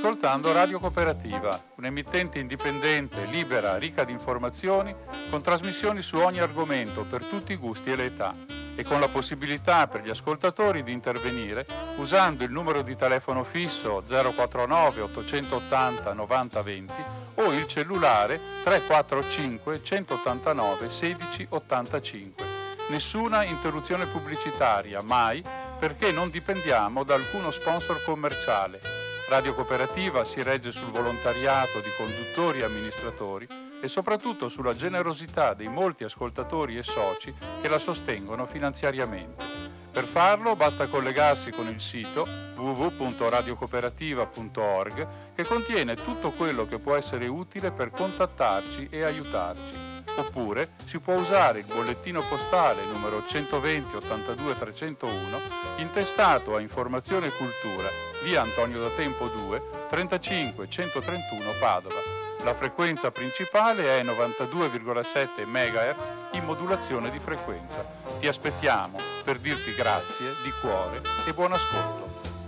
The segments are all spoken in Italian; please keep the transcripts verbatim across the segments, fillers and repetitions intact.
ascoltando Radio Cooperativa, un'emittente indipendente, libera, ricca di informazioni, con trasmissioni su ogni argomento per tutti i gusti e le età, e con la possibilità per gli ascoltatori di intervenire usando il numero di telefono fisso zero quattro nove ottocentottanta novanta venti o il cellulare tre quattro cinque centottantanove sedici ottantacinque. Nessuna interruzione pubblicitaria, mai, perché non dipendiamo da alcuno sponsor commerciale. Radio Cooperativa si regge sul volontariato di conduttori e amministratori e soprattutto sulla generosità dei molti ascoltatori e soci che la sostengono finanziariamente. Per farlo basta collegarsi con il sito w w w punto radiocooperativa punto org, che contiene tutto quello che può essere utile per contattarci e aiutarci. Oppure si può usare il bollettino postale numero centoventi ottantadue trecentouno, intestato a Informazione e Cultura, via Antonio da Tempo due, trentacinque centotrentuno Padova. La frequenza principale è novantadue virgola sette megahertz in modulazione di frequenza. Ti aspettiamo per dirti grazie di cuore e buon ascolto.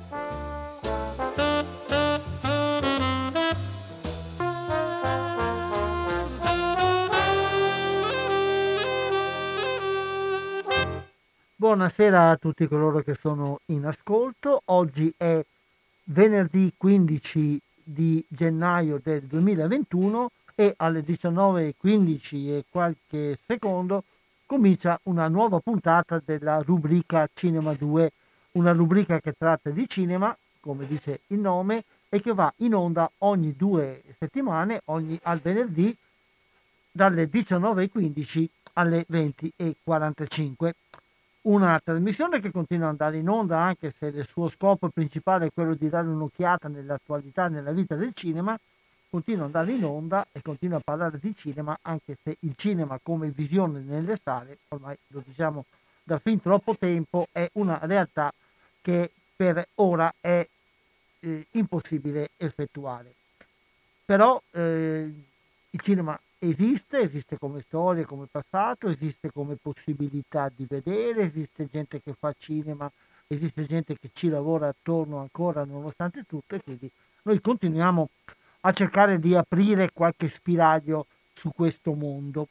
Buonasera a tutti coloro che sono in ascolto. Oggi è venerdì quindici di gennaio del duemilaventuno e alle diciannove e quindici e qualche secondo comincia una nuova puntata della rubrica Cinema due, una rubrica che tratta di cinema, come dice il nome, e che va in onda ogni due settimane, ogni al venerdì, dalle diciannove e quindici alle venti e quarantacinque. Una trasmissione che continua ad andare in onda, anche se il suo scopo principale è quello di dare un'occhiata nell'attualità, nella vita del cinema, continua ad andare in onda e continua a parlare di cinema, anche se il cinema come visione nelle sale, ormai lo diciamo da fin troppo tempo, è una realtà che per ora è eh, impossibile effettuare. Però eh, il cinema esiste, esiste come storia, come passato, esiste come possibilità di vedere, esiste gente che fa cinema, esiste gente che ci lavora attorno ancora nonostante tutto, e quindi noi continuiamo a cercare di aprire qualche spiraglio su questo mondo.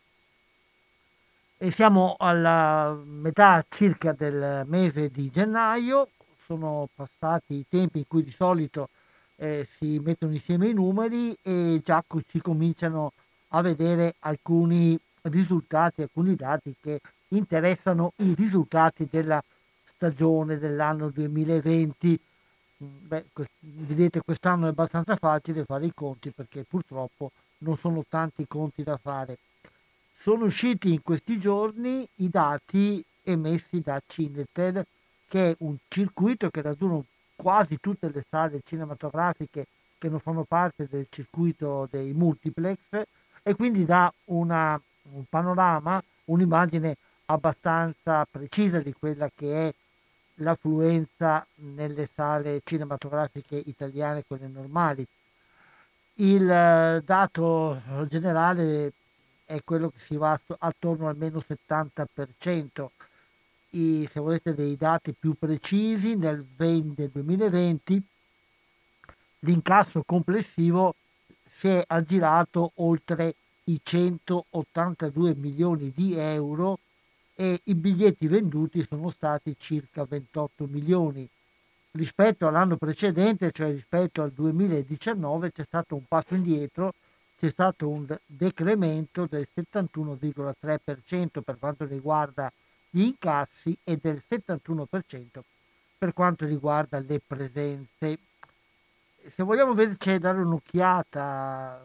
E siamo alla metà circa del mese di gennaio, sono passati i tempi in cui di solito eh, si mettono insieme i numeri e già si cominciano a vedere alcuni risultati, alcuni dati che interessano i risultati della stagione dell'anno duemilaventi. Beh, vedete, quest'anno è abbastanza facile fare i conti perché purtroppo non sono tanti conti da fare. Sono usciti in questi giorni i dati emessi da Cinetel, che è un circuito che raduna quasi tutte le sale cinematografiche che non fanno parte del circuito dei multiplex, e quindi dà una, un panorama, un'immagine abbastanza precisa di quella che è l'affluenza nelle sale cinematografiche italiane, quelle normali. Il dato generale è quello che si va attorno al meno settanta per cento. I, se volete dei dati più precisi, nel duemilaventi l'incasso complessivo si è aggirato oltre i centottantadue milioni di euro e i biglietti venduti sono stati circa ventotto milioni. Rispetto all'anno precedente, cioè rispetto al duemiladiciannove, c'è stato un passo indietro, c'è stato un decremento del settantuno virgola tre per cento per quanto riguarda gli incassi e del settantuno per cento per quanto riguarda le presenze. Se vogliamo invece dare un'occhiata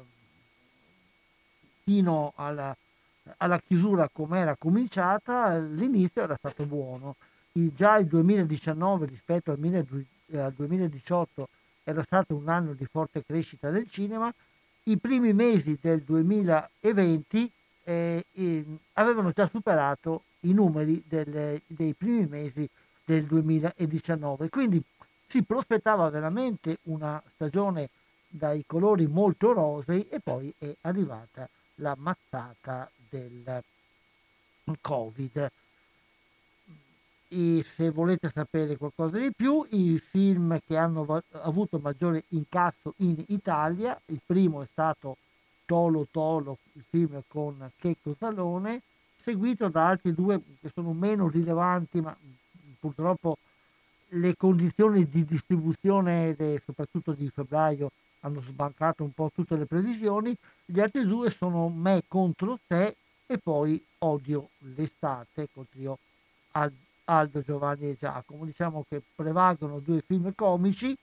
fino alla, alla chiusura come era cominciata, l'inizio era stato buono. Il, già il duemiladiciannove rispetto al, al duemiladiciotto era stato un anno di forte crescita del cinema. I primi mesi del duemilaventi eh, eh, avevano già superato i numeri delle, dei primi mesi del duemiladiciannove, quindi si prospettava veramente una stagione dai colori molto rosei, e poi è arrivata la mazzata del Covid. E se volete sapere qualcosa di più, i film che hanno va- avuto maggiore incasso in Italia, il primo è stato Tolo Tolo, il film con Checco Zalone, seguito da altri due che sono meno rilevanti, ma mh, purtroppo le condizioni di distribuzione, de- soprattutto di febbraio, hanno sbancato un po' tutte le previsioni. Gli altri due sono Me contro te e poi Odio l'estate con Trio Al- Aldo, Giovanni e Giacomo. Diciamo che prevalgono due film comici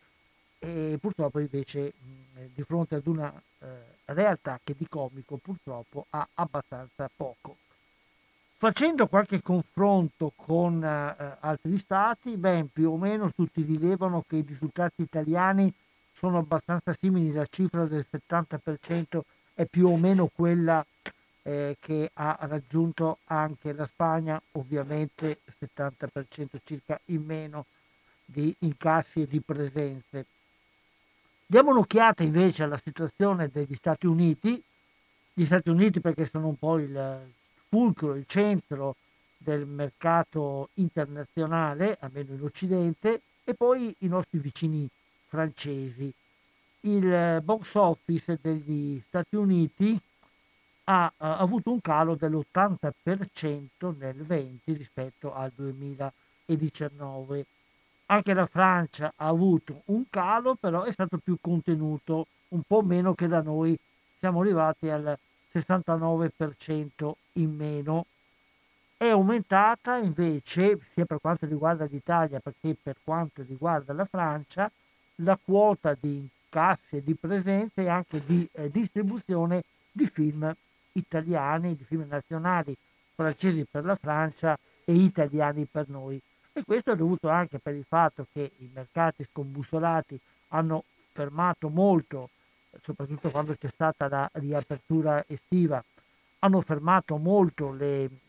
e purtroppo invece mh, di fronte ad una eh, realtà che di comico purtroppo ha abbastanza poco. Facendo qualche confronto con eh, altri stati, beh, più o meno tutti rilevano che i risultati italiani sono abbastanza simili, la cifra del settanta per cento è più o meno quella eh, che ha raggiunto anche la Spagna, ovviamente settanta per cento circa in meno di incassi e di presenze. Diamo un'occhiata invece alla situazione degli Stati Uniti, gli Stati Uniti perché sono un po' il fulcro, il centro del mercato internazionale, almeno in Occidente, e poi i nostri vicini francesi. Il eh, box office degli Stati Uniti ha, ha avuto un calo dell'ottanta per cento nel venti rispetto al duemiladiciannove. Anche la Francia ha avuto un calo, però è stato più contenuto, un po' meno che da noi. Siamo arrivati al sessantanove per cento in meno. È aumentata invece, sia per quanto riguarda l'Italia che per quanto riguarda la Francia, la quota di incassi e di presenze e anche di eh, distribuzione di film italiani, di film nazionali, francesi per la Francia e italiani per noi. E questo è dovuto anche per il fatto che i mercati scombussolati hanno fermato molto, soprattutto quando c'è stata la riapertura estiva, hanno fermato molto le, eh,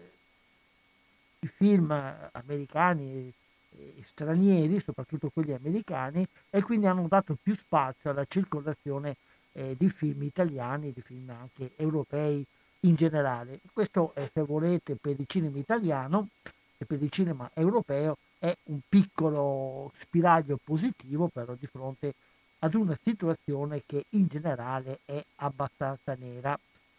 i film americani e, e stranieri, soprattutto quelli americani, e quindi hanno dato più spazio alla circolazione eh, di film italiani, di film anche europei in generale. Questo, eh, se volete, per il cinema italiano e per il cinema europeo è un piccolo spiraglio positivo, però di fronte ad una situazione che in generale è abbastanza nera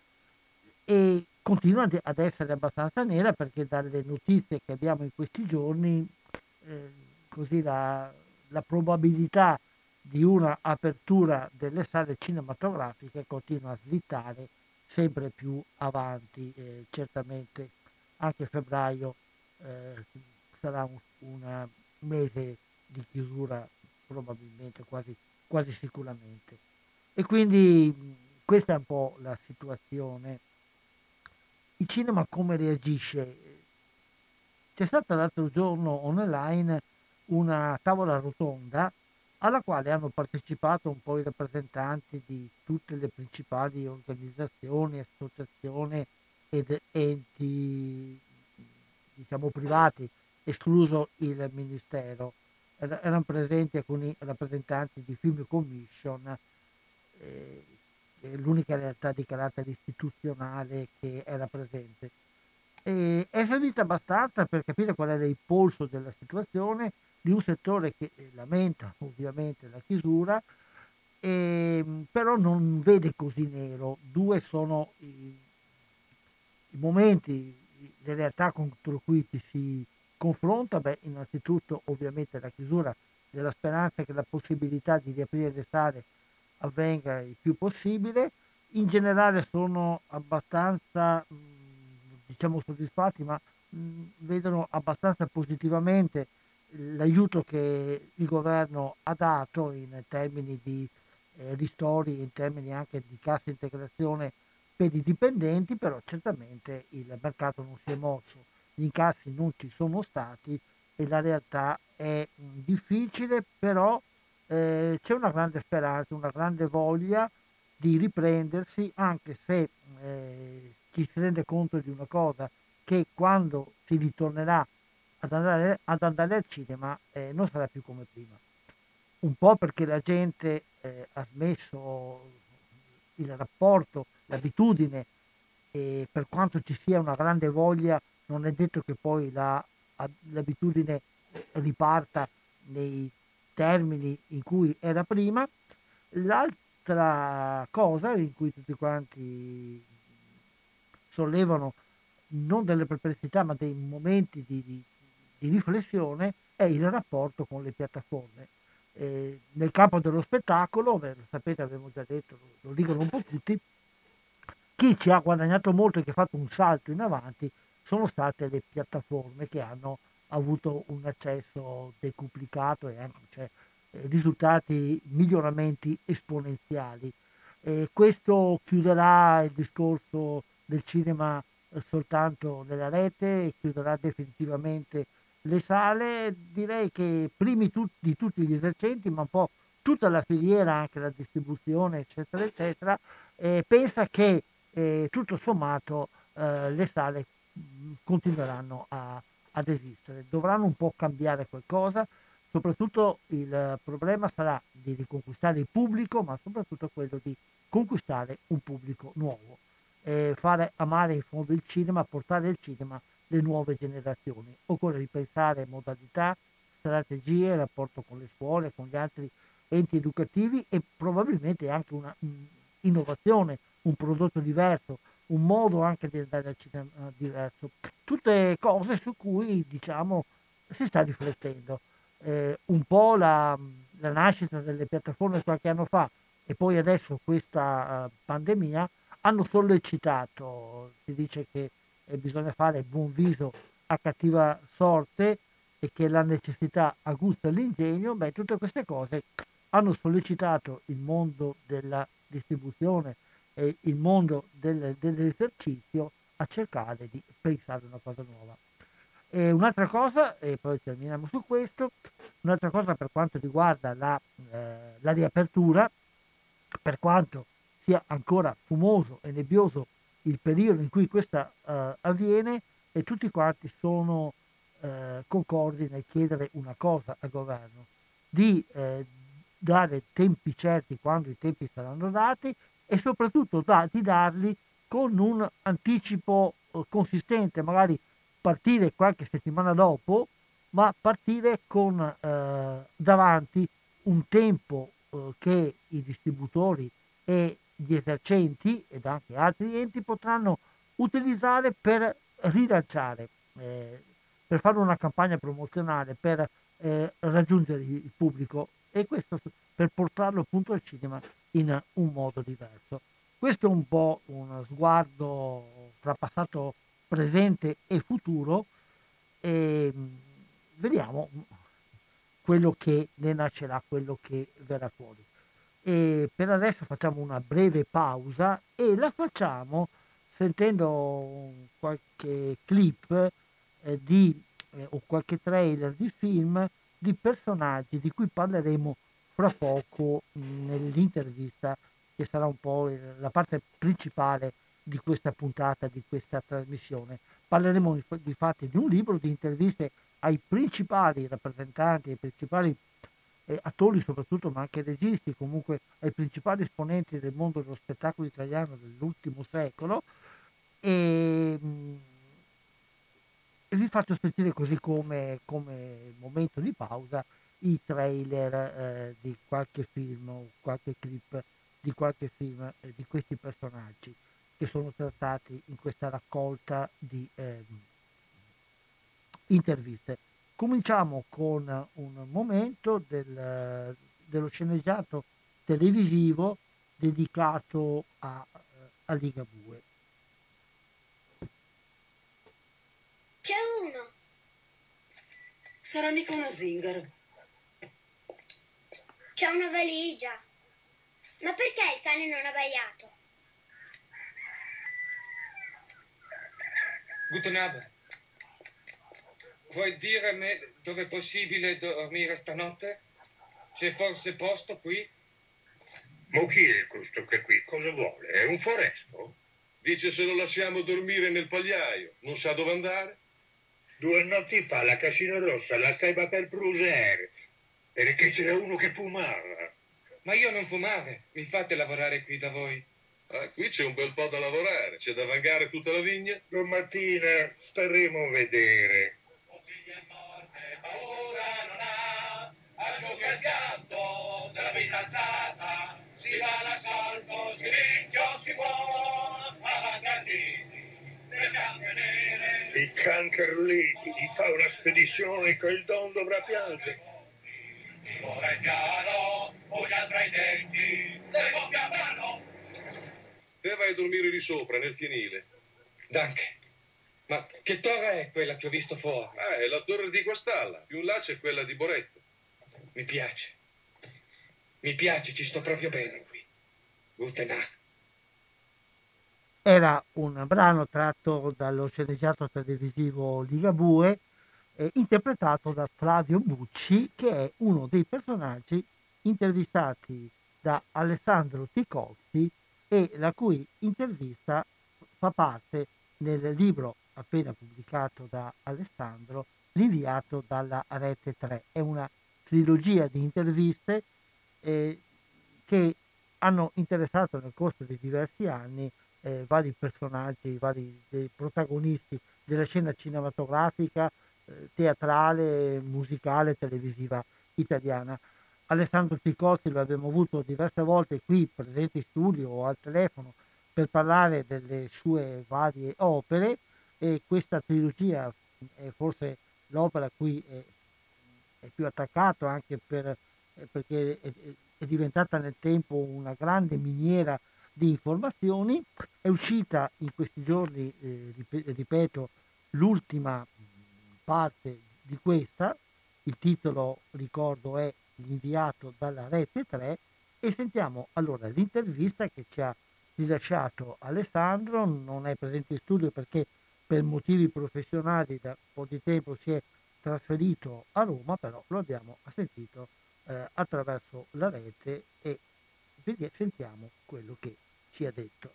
e continua ad ad essere abbastanza nera perché dalle notizie che abbiamo in questi giorni, eh, così la, la probabilità di una apertura delle sale cinematografiche continua a slittare sempre più avanti. Eh, certamente anche febbraio eh, sarà un, una- un mese di chiusura, probabilmente, quasi, quasi sicuramente. E quindi mh, questa è un po' la situazione. Il cinema come reagisce? C'è stata l'altro giorno online una tavola rotonda alla quale hanno partecipato un po' i rappresentanti di tutte le principali organizzazioni, associazioni ed enti, diciamo, privati, escluso il Ministero. Er- Erano presenti alcuni rappresentanti di Film Commission, eh, che è l'unica realtà di carattere istituzionale che era presente. E è servita abbastanza per capire qual era il polso della situazione di un settore che eh, lamenta ovviamente la chiusura, ehm, però non vede così nero. Due sono i, i momenti, le realtà contro cui ci si confronta. Beh, innanzitutto ovviamente la chiusura della speranza che la possibilità di riaprire le sale avvenga il più possibile. In generale sono abbastanza, mh, diciamo, soddisfatti, ma mh, vedono abbastanza positivamente l'aiuto che il governo ha dato in termini di eh, ristori, in termini anche di cassa integrazione per i dipendenti, però certamente il mercato non si è mosso, gli incassi non ci sono stati e la realtà è mh, difficile, però eh, c'è una grande speranza, una grande voglia di riprendersi, anche se eh, ci si rende conto di una cosa, che quando si ritornerà ad andare, ad andare al cinema eh, non sarà più come prima. Un po' perché la gente eh, ha smesso il rapporto, l'abitudine, e per quanto ci sia una grande voglia, non è detto che poi la l'abitudine riparta nei termini in cui era prima. L'altra cosa in cui tutti quanti sollevano non delle perplessità ma dei momenti di, di, di riflessione è il rapporto con le piattaforme. Eh, nel campo dello spettacolo, beh, lo sapete, abbiamo già detto, lo, lo dicono un po' tutti, chi ci ha guadagnato molto e che ha fatto un salto in avanti sono state le piattaforme che hanno avuto un accesso decuplicato e anche cioè, eh, risultati, miglioramenti esponenziali. Eh, questo chiuderà il discorso del cinema eh, soltanto nella rete, chiuderà definitivamente le sale. Direi che primi tu- di tutti gli esercenti, ma un po' tutta la filiera, anche la distribuzione, eccetera, eccetera, eh, pensa che eh, tutto sommato eh, le sale mh, continueranno a, ad esistere. Dovranno un po' cambiare qualcosa, soprattutto il problema sarà di riconquistare il pubblico, ma soprattutto quello di conquistare un pubblico nuovo, eh, fare amare in fondo il cinema, portare il cinema le nuove generazioni. Occorre ripensare modalità, strategie, rapporto con le scuole, con gli altri enti educativi e probabilmente anche una mh, innovazione, un prodotto diverso, un modo anche di andare al cinema diverso. Tutte cose su cui diciamo si sta riflettendo. Eh, un po' la, la nascita delle piattaforme qualche anno fa e poi adesso questa uh, pandemia hanno sollecitato, si dice che eh, bisogna fare buon viso a cattiva sorte e che la necessità aguzza l'ingegno. Beh, tutte queste cose hanno sollecitato il mondo della distribuzione e il mondo del, dell'esercizio a cercare di pensare una cosa nuova. E un'altra cosa, e poi terminiamo su questo, un'altra cosa per quanto riguarda la, eh, la riapertura, per quanto sia ancora fumoso e nebbioso il periodo in cui questa eh, avviene, e tutti quanti sono eh, concordi nel chiedere una cosa al governo, di eh, dare tempi certi quando i tempi saranno dati e soprattutto da, di darli con un anticipo eh, consistente, magari partire qualche settimana dopo, ma partire con eh, davanti un tempo eh, che i distributori e gli esercenti ed anche altri enti potranno utilizzare per rilanciare, eh, per fare una campagna promozionale, per eh, raggiungere il pubblico e questo per portarlo appunto al cinema in un modo diverso. Questo è un po' uno sguardo tra passato, presente e futuro e mh, vediamo quello che ne nascerà, quello che verrà fuori. E per adesso facciamo una breve pausa e la facciamo sentendo qualche clip eh, di, eh, o qualche trailer di film di personaggi di cui parleremo fra poco mh, nell'intervista che sarà un po' il- la parte principale di questa puntata, di questa trasmissione. Parleremo di, di fatti di un libro, di interviste ai principali rappresentanti, ai principali eh, attori soprattutto, ma anche registi, comunque ai principali esponenti del mondo dello spettacolo italiano dell'ultimo secolo e, mh, e vi faccio sentire così come, come momento di pausa i trailer eh, di qualche film o qualche clip di qualche film eh, di questi personaggi che sono trattati in questa raccolta di ehm, interviste. Cominciamo con un momento del, dello sceneggiato televisivo dedicato a, a Ligabue. C'è uno. Sarà mica uno zingaro. C'è una valigia. Ma perché il cane non ha abbaiato? Guten Abend. Vuoi dire a me dove è possibile dormire stanotte? C'è forse posto qui? Ma chi è questo che qui? Cosa vuole? È un foresto? Dice se lo lasciamo dormire nel pagliaio, non sa dove andare? Due notti fa la Casino Rossa la stava per bruciare perché c'era uno che fumava. Ma io non fumare, mi fate lavorare qui da voi. Ah, qui c'è un bel po' da lavorare, c'è da vagare tutta la vigna. Domattina staremo a vedere. paura non ha, asciuga il pianto della vita alzata, si va all'assalto, si vince o si può, avanti arditi, le fiamme nere. Il cancherliti gli fa una spedizione che il don dovrà piangere. Ora è chiaro, pugna tra i denti, le botte a mano. Te vai a dormire lì sopra, nel fienile. Danke. Ma che torre è quella che ho visto fuori? Ah, è la torre di Guastalla. Più in là c'è quella di Boretto. Mi piace. Mi piace, ci sto proprio bene qui. Gute Nacht. Era un brano tratto dallo sceneggiato televisivo Ligabue, eh, interpretato da Flavio Bucci, che è uno dei personaggi intervistati da Alessandro Ticozzi e la cui intervista fa parte nel libro appena pubblicato da Alessandro, L'inviato dalla Rete tre. È una trilogia di interviste eh, che hanno interessato nel corso di diversi anni eh, vari personaggi, vari dei protagonisti della scena cinematografica, eh, teatrale, musicale, televisiva italiana. Alessandro Ticozzi lo abbiamo avuto diverse volte qui presente in studio o al telefono per parlare delle sue varie opere, e questa trilogia è forse l'opera a cui è, è più attaccato, anche per, eh, perché è, è diventata nel tempo una grande miniera di informazioni. È uscita in questi giorni, eh, ripeto, l'ultima parte di questa. Il titolo, ricordo, è L'inviato dalla Rete tre, e sentiamo allora l'intervista che ci ha rilasciato Alessandro. Non è presente in studio perché per motivi professionali da un po' di tempo si è trasferito a Roma, però lo abbiamo sentito eh, attraverso la rete e sentiamo quello che ci ha detto.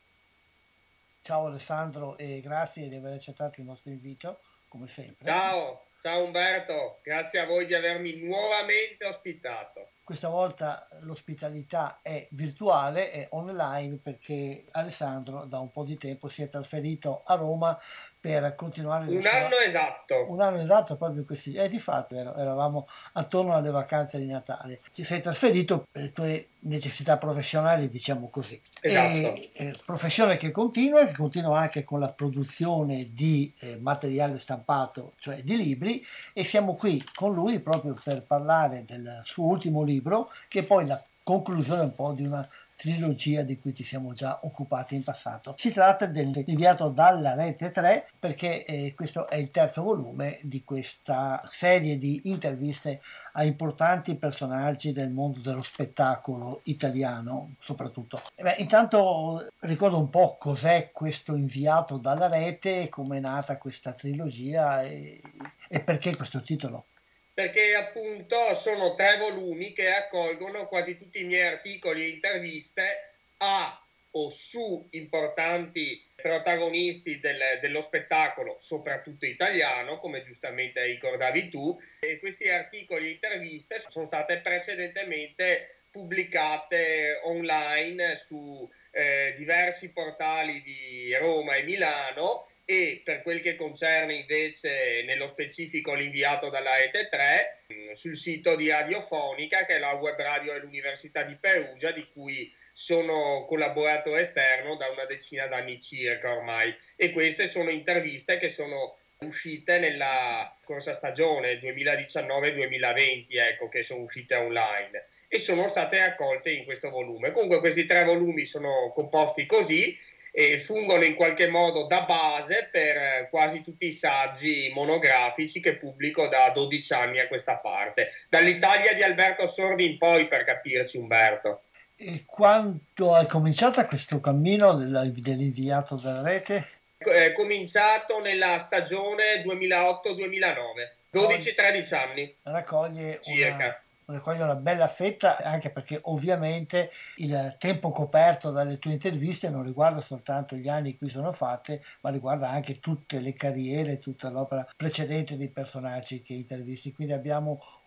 Ciao Alessandro e grazie di aver accettato il nostro invito, come sempre. Ciao, ciao Umberto, grazie a voi di avermi nuovamente ospitato. Questa volta l'ospitalità è virtuale, è online, perché Alessandro da un po' di tempo si è trasferito a Roma per continuare un sua... anno esatto un anno esatto proprio questi e di fatto eravamo attorno alle vacanze di Natale. Ti sei trasferito per le tue necessità professionali, diciamo così. Esatto. E, e professione che continua che continua anche con la produzione di eh, materiale stampato, cioè di libri, e siamo qui con lui proprio per parlare del suo ultimo libro, che è poi la conclusione un po' di una trilogia di cui ci siamo già occupati in passato. Si tratta dell'inviato dalla Rete tre, perché eh, questo è il terzo volume di questa serie di interviste a importanti personaggi del mondo dello spettacolo italiano, soprattutto. E beh, intanto ricordo un po' cos'è questo Inviato dalla Rete, come è nata questa trilogia e, e perché questo titolo. Perché appunto sono tre volumi che raccolgono quasi tutti i miei articoli e interviste a o su importanti protagonisti del, dello spettacolo, soprattutto italiano, come giustamente ricordavi tu, e questi articoli e interviste sono state precedentemente pubblicate online su eh, diversi portali di Roma e Milano. E per quel che concerne invece nello specifico l'inviato dalla Rete tre, sul sito di Radiofonica, che è la web radio dell'Università di Perugia, di cui sono collaboratore esterno da una decina d'anni circa ormai. E queste sono interviste che sono uscite nella scorsa stagione duemiladiciannove duemilaventi, ecco, che sono uscite online e sono state raccolte in questo volume. Comunque questi tre volumi sono composti così e fungono in qualche modo da base per quasi tutti i saggi monografici che pubblico da dodici anni a questa parte, dall'Italia di Alberto Sordi in poi, per capirci, Umberto. E quando hai cominciato questo cammino dell'inviato della Rete? È cominciato nella stagione duemilaotto duemilanove, dodici tredici anni raccoglie circa. Una... raccoglie una bella fetta, anche perché ovviamente il tempo coperto dalle tue interviste non riguarda soltanto gli anni in cui sono fatte, ma riguarda anche tutte le carriere, tutta l'opera precedente dei personaggi che intervisti. Quindi abbiamo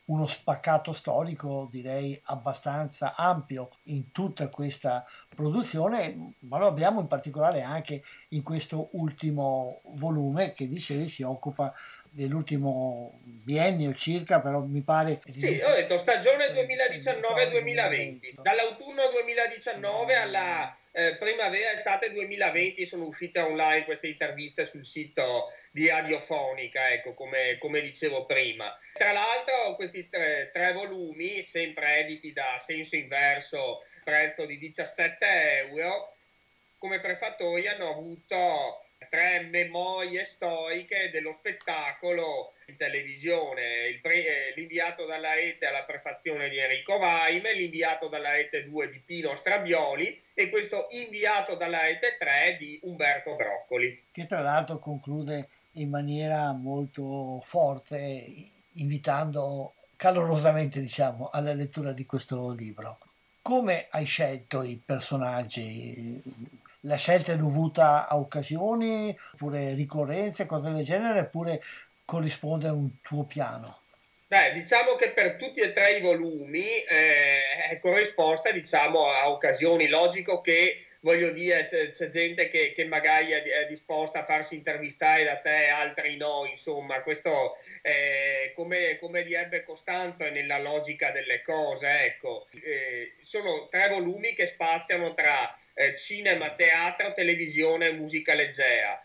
uno spaccato storico direi abbastanza ampio in tutta questa produzione, ma lo abbiamo in particolare anche in questo ultimo volume che dicevi si occupa dell'ultimo biennio circa, però mi pare... Sì, ho detto stagione duemiladiciannove duemilaventi, dall'autunno duemiladiciannove alla eh, primavera estate duemilaventi sono uscite online queste interviste sul sito di Radiofonica, ecco, come, come dicevo prima. Tra l'altro questi tre, tre volumi, sempre editi da Senso Inverso, prezzo di diciassette euro, come prefattori hanno avuto tre memorie storiche dello spettacolo in televisione, il pre, l'inviato dalla rete alla prefazione di Enrico Vaime, l'inviato dalla rete due di Pino Strabioli e questo inviato dalla rete tre di Umberto Broccoli. Che tra l'altro conclude in maniera molto forte, invitando calorosamente, diciamo, alla lettura di questo libro. Come hai scelto i personaggi? La scelta è dovuta a occasioni, oppure ricorrenze, cose del genere, oppure corrisponde a un tuo piano? Beh, diciamo che per tutti e tre i volumi eh, è corrisposta, diciamo, a occasioni. Logico che, voglio dire, c'è, c'è gente che, che magari è, è disposta a farsi intervistare da te, altri no, insomma, questo eh, come, come direbbe Costanzo è nella logica delle cose, ecco. Eh, sono tre volumi che spaziano tra eh, cinema, teatro, televisione e musica leggera.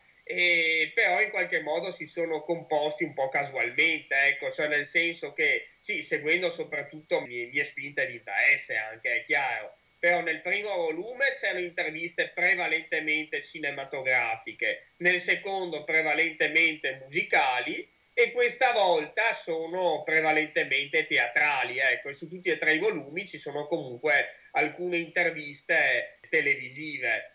E però in qualche modo si sono composti un po' casualmente, ecco, cioè nel senso che sì, seguendo soprattutto mie, mie spinte di interesse, anche è chiaro, però nel primo volume c'erano interviste prevalentemente cinematografiche, nel secondo prevalentemente musicali e questa volta sono prevalentemente teatrali, ecco, e su tutti e tre i volumi ci sono comunque alcune interviste televisive.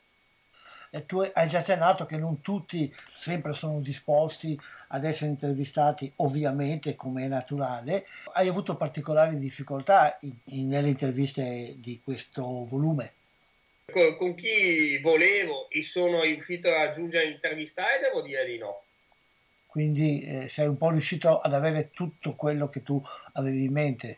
E tu hai già accennato che non tutti sempre sono disposti ad essere intervistati, ovviamente, come è naturale. Hai avuto particolari difficoltà in, in, nelle interviste di questo volume? Con, con chi volevo e sono riuscito a raggiungere e intervistare, devo dire di no. Quindi eh, sei un po' riuscito ad avere tutto quello che tu avevi in mente?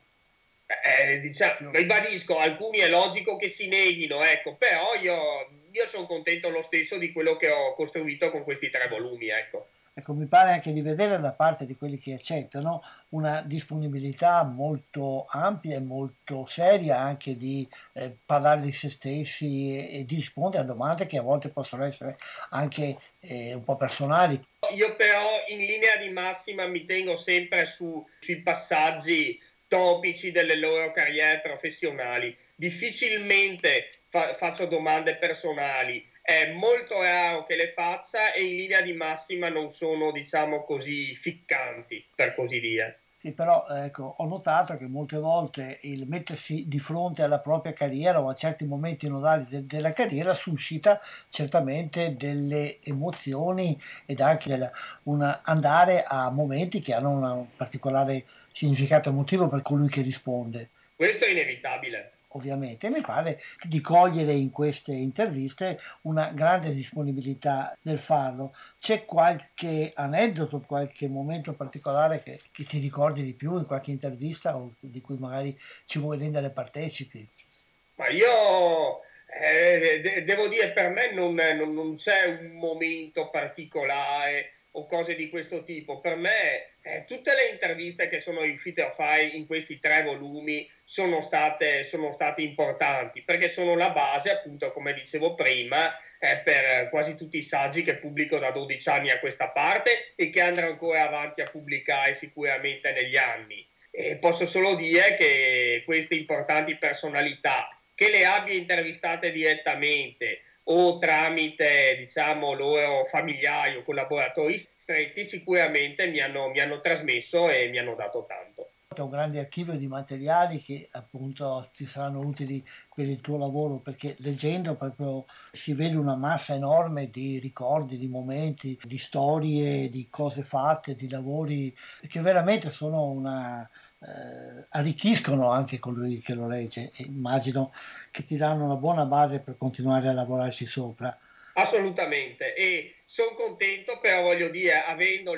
Eh, diciamo, ribadisco, alcuni è logico che si neghino, ecco, però io... io sono contento lo stesso di quello che ho costruito con questi tre volumi, ecco. Ecco, mi pare anche di vedere da parte di quelli che accettano una disponibilità molto ampia e molto seria anche di eh, parlare di se stessi e, e di rispondere a domande che a volte possono essere anche eh, un po' personali. Io però in linea di massima mi tengo sempre su, sui passaggi topici delle loro carriere professionali. Difficilmente fa- faccio domande personali, è molto raro che le faccia e in linea di massima non sono, diciamo così, ficcanti, per così dire. Sì, però ecco, ho notato che molte volte il mettersi di fronte alla propria carriera o a certi momenti nodali de- della carriera suscita certamente delle emozioni ed anche della, una, andare a momenti che hanno un particolare significato emotivo per colui che risponde. Questo è inevitabile. Ovviamente, mi pare di cogliere in queste interviste una grande disponibilità nel farlo. C'è qualche aneddoto, qualche momento particolare che, che ti ricordi di più in qualche intervista o di cui magari ci vuoi rendere partecipi? Ma io eh, de- devo dire, per me non, non, non c'è un momento particolare o cose di questo tipo. Per me eh, tutte le interviste che sono riuscite a fare in questi tre volumi sono state, sono state importanti, perché sono la base, appunto, come dicevo prima, eh, per quasi tutti i saggi che pubblico da dodici anni a questa parte e che andrò ancora avanti a pubblicare sicuramente negli anni. E posso solo dire che queste importanti personalità, che le abbia intervistate direttamente o tramite, diciamo, loro familiari o collaboratori stretti, sicuramente mi hanno, mi hanno trasmesso e mi hanno dato tanto. È un grande archivio di materiali che appunto ti saranno utili per il tuo lavoro, perché leggendo proprio si vede una massa enorme di ricordi, di momenti, di storie, di cose fatte, di lavori che veramente sono una... Eh, arricchiscono anche colui che lo legge e immagino che ti danno una buona base per continuare a lavorarci sopra. Assolutamente, e sono contento, però voglio dire, avendoli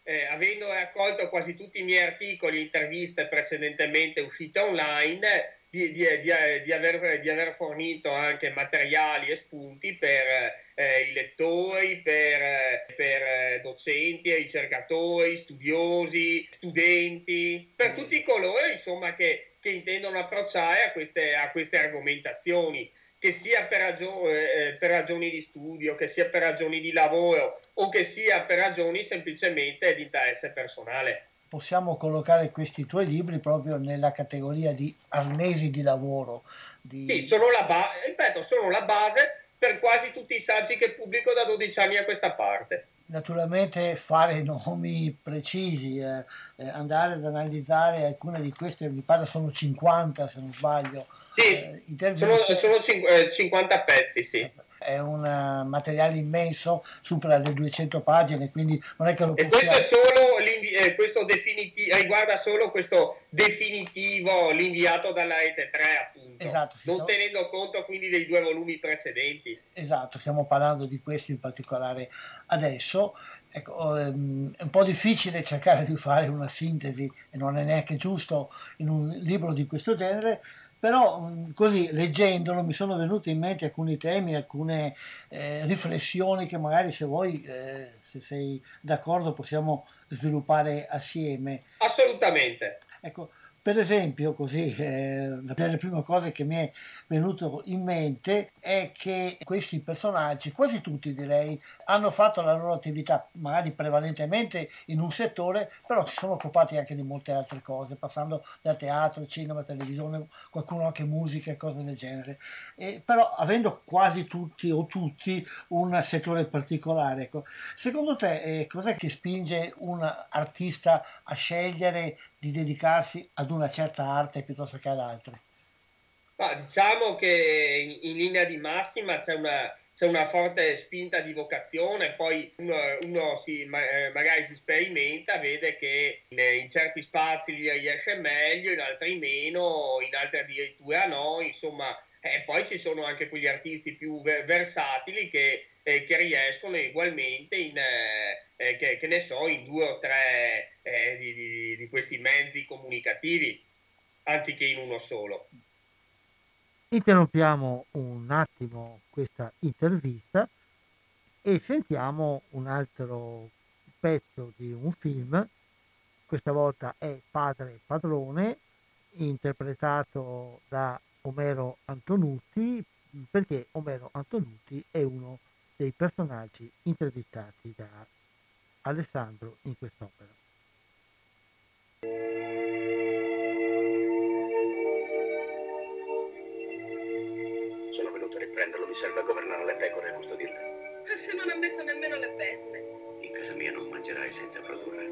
eh, avendo raccolto quasi tutti i miei articoli e interviste precedentemente uscite online, di, di, di, di, aver, di aver fornito anche materiali e spunti per eh, i lettori, per, per docenti, ricercatori, studiosi, studenti, per tutti coloro insomma che, che intendono approcciare a queste, a queste argomentazioni, che sia per, ragio- eh, per ragioni di studio, che sia per ragioni di lavoro o che sia per ragioni semplicemente di interesse personale. Possiamo collocare questi tuoi libri proprio nella categoria di arnesi di lavoro. Di... Sì, sono la, ba- ripeto, sono la base per quasi tutti i saggi che pubblico da dodici anni a questa parte. Naturalmente fare nomi precisi, eh, eh, andare ad analizzare alcune di queste, mi pare sono cinquanta se non sbaglio. Sì, eh, interviste. sono, sono cinquanta pezzi, sì. È un materiale immenso, supera le duecento pagine, quindi non è che lo e possiamo... questo è solo eh, questo definitivo, riguarda solo questo definitivo, l'inviato dalla Rete tre, appunto, esatto, non sta... tenendo conto quindi dei due volumi precedenti. Esatto, stiamo parlando di questo in particolare adesso. Ecco, ehm, è un po' difficile cercare di fare una sintesi, e non è neanche giusto in un libro di questo genere, però così leggendolo mi sono venuti in mente alcuni temi, alcune eh, riflessioni che magari se vuoi, eh, se sei d'accordo, possiamo sviluppare assieme. Assolutamente. Ecco, per esempio, così, eh, una delle prime cose che mi è venuto in mente è che questi personaggi, quasi tutti direi, hanno fatto la loro attività magari prevalentemente in un settore, però si sono occupati anche di molte altre cose, passando da teatro, cinema, televisione, qualcuno anche musica e cose del genere. E, però avendo quasi tutti o tutti un settore particolare, ecco, secondo te eh, cos'è che spinge un artista a scegliere di dedicarsi ad una certa arte piuttosto che ad altre? Ma diciamo che in, in linea di massima c'è una, c'è una forte spinta di vocazione, poi uno, uno si, ma, magari si sperimenta, vede che in, in certi spazi gli riesce meglio, in altri meno, in altri addirittura no, insomma, e poi ci sono anche quegli artisti più ver- versatili che, eh, che riescono ugualmente in, eh, che, che ne so, in due o tre eh, di, di, di questi mezzi comunicativi, anziché in uno solo. Interrompiamo un attimo questa intervista e sentiamo un altro pezzo di un film. Questa volta è Padre Padrone, interpretato da Omero Antonutti, perché Omero Antonutti è uno dei personaggi intervistati da Alessandro in quest'opera. Sono venuto a riprenderlo, mi serve a governare le pecore e custodirle. E se non ha messo nemmeno le penne? In casa mia non mangerai senza produrre.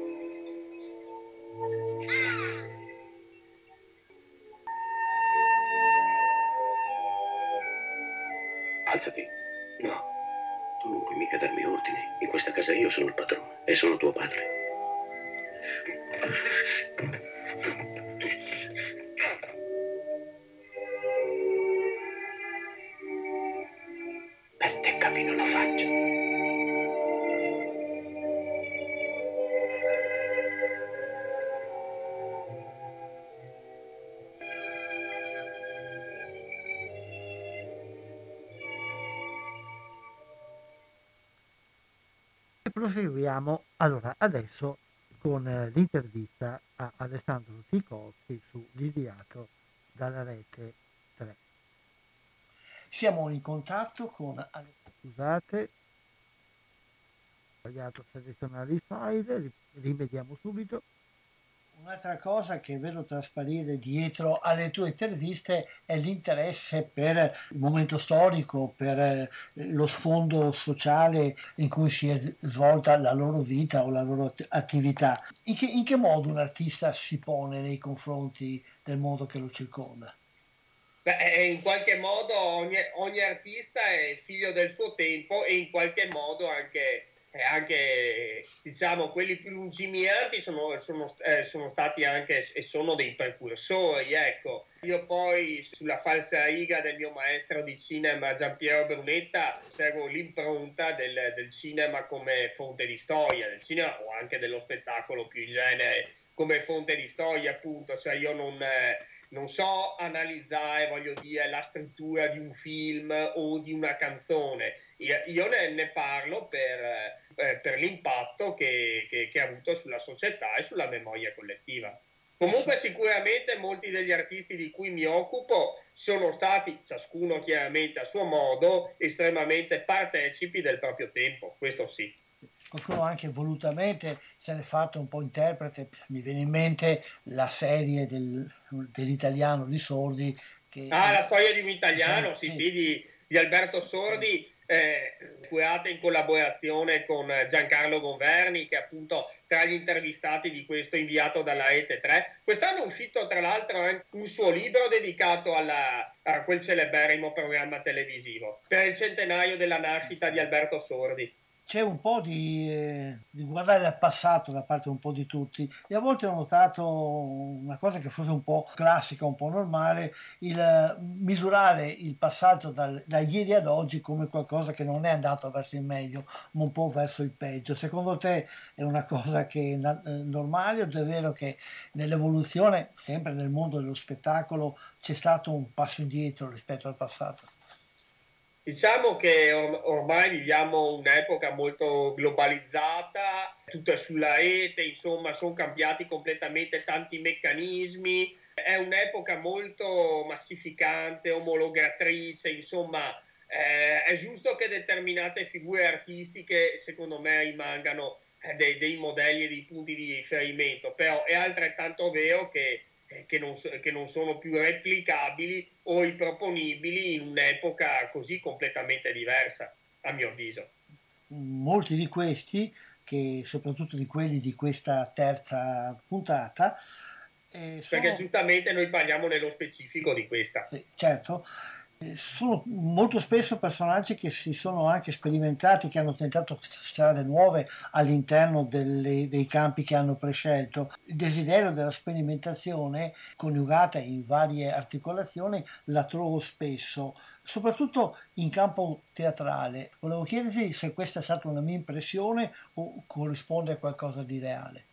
Alzati. No, tu non puoi mica darmi ordini. In questa casa io sono il padrone e sono tuo padre. Per te cammino lo faccio. E proseguiamo allora adesso con eh, l'intervista a Alessandro Ticozzi su Liliato dalla Rete tre. Siamo in contatto con... Scusate, ho sbagliato a selezionare il file, rimediamo subito. Un'altra cosa che vedo trasparire dietro alle tue interviste è l'interesse per il momento storico, per lo sfondo sociale in cui si è svolta la loro vita o la loro attività. In che, in che modo un artista si pone nei confronti del mondo che lo circonda? Beh, in qualche modo ogni, ogni artista è figlio del suo tempo e in qualche modo anche, anche diciamo, quelli più lungimiranti sono, sono, eh, sono stati anche e sono dei precursori, ecco. Io poi sulla falsariga del mio maestro di cinema Giampiero Brunetta seguo l'impronta del, del cinema come fonte di storia, del cinema o anche dello spettacolo più in genere come fonte di storia, appunto. Cioè io non, eh, non so analizzare, voglio dire, la struttura di un film o di una canzone, io, io ne, ne parlo per, eh, per l'impatto che, che, che ha avuto sulla società e sulla memoria collettiva. Comunque sicuramente molti degli artisti di cui mi occupo sono stati, ciascuno chiaramente a suo modo, estremamente partecipi del proprio tempo, questo sì. Qualcuno anche volutamente se n'è fatto un po' interprete. Mi viene in mente la serie del, dell'italiano di Sordi. Che ah, è... la storia di un italiano, sì, sì, sì, di, di Alberto Sordi, eh, curata in collaborazione con Giancarlo Gonverni, che è appunto tra gli intervistati di questo, inviato dalla Rete tre. Quest'anno è uscito tra l'altro anche un suo libro dedicato alla, a quel celeberrimo programma televisivo, per il centenario della nascita di Alberto Sordi. C'è un po' di, eh, di guardare al passato da parte un po' di tutti, e a volte ho notato una cosa che forse è un po' classica, un po' normale, il eh, misurare il passaggio dal, da ieri ad oggi come qualcosa che non è andato verso il meglio, ma un po' verso il peggio. Secondo te è una cosa che è na- normale, o è vero che nell'evoluzione, sempre nel mondo dello spettacolo, c'è stato un passo indietro rispetto al passato? Diciamo che or- ormai viviamo un'epoca molto globalizzata, tutto è sulla rete, insomma sono cambiati completamente tanti meccanismi, è un'epoca molto massificante, omologatrice, insomma eh, è giusto che determinate figure artistiche secondo me rimangano eh, dei, dei modelli e dei punti di riferimento, però è altrettanto vero che Che non, che non sono più replicabili o riproponibili in un'epoca così completamente diversa, a mio avviso. Molti di questi, che soprattutto di quelli di questa terza puntata, eh, sono... perché giustamente noi parliamo nello specifico di questa. Sì, certo. Sono molto spesso personaggi che si sono anche sperimentati, che hanno tentato strade nuove all'interno delle, dei campi che hanno prescelto. Il desiderio della sperimentazione, coniugata in varie articolazioni, la trovo spesso, soprattutto in campo teatrale. Volevo chiederti se questa è stata una mia impressione o corrisponde a qualcosa di reale.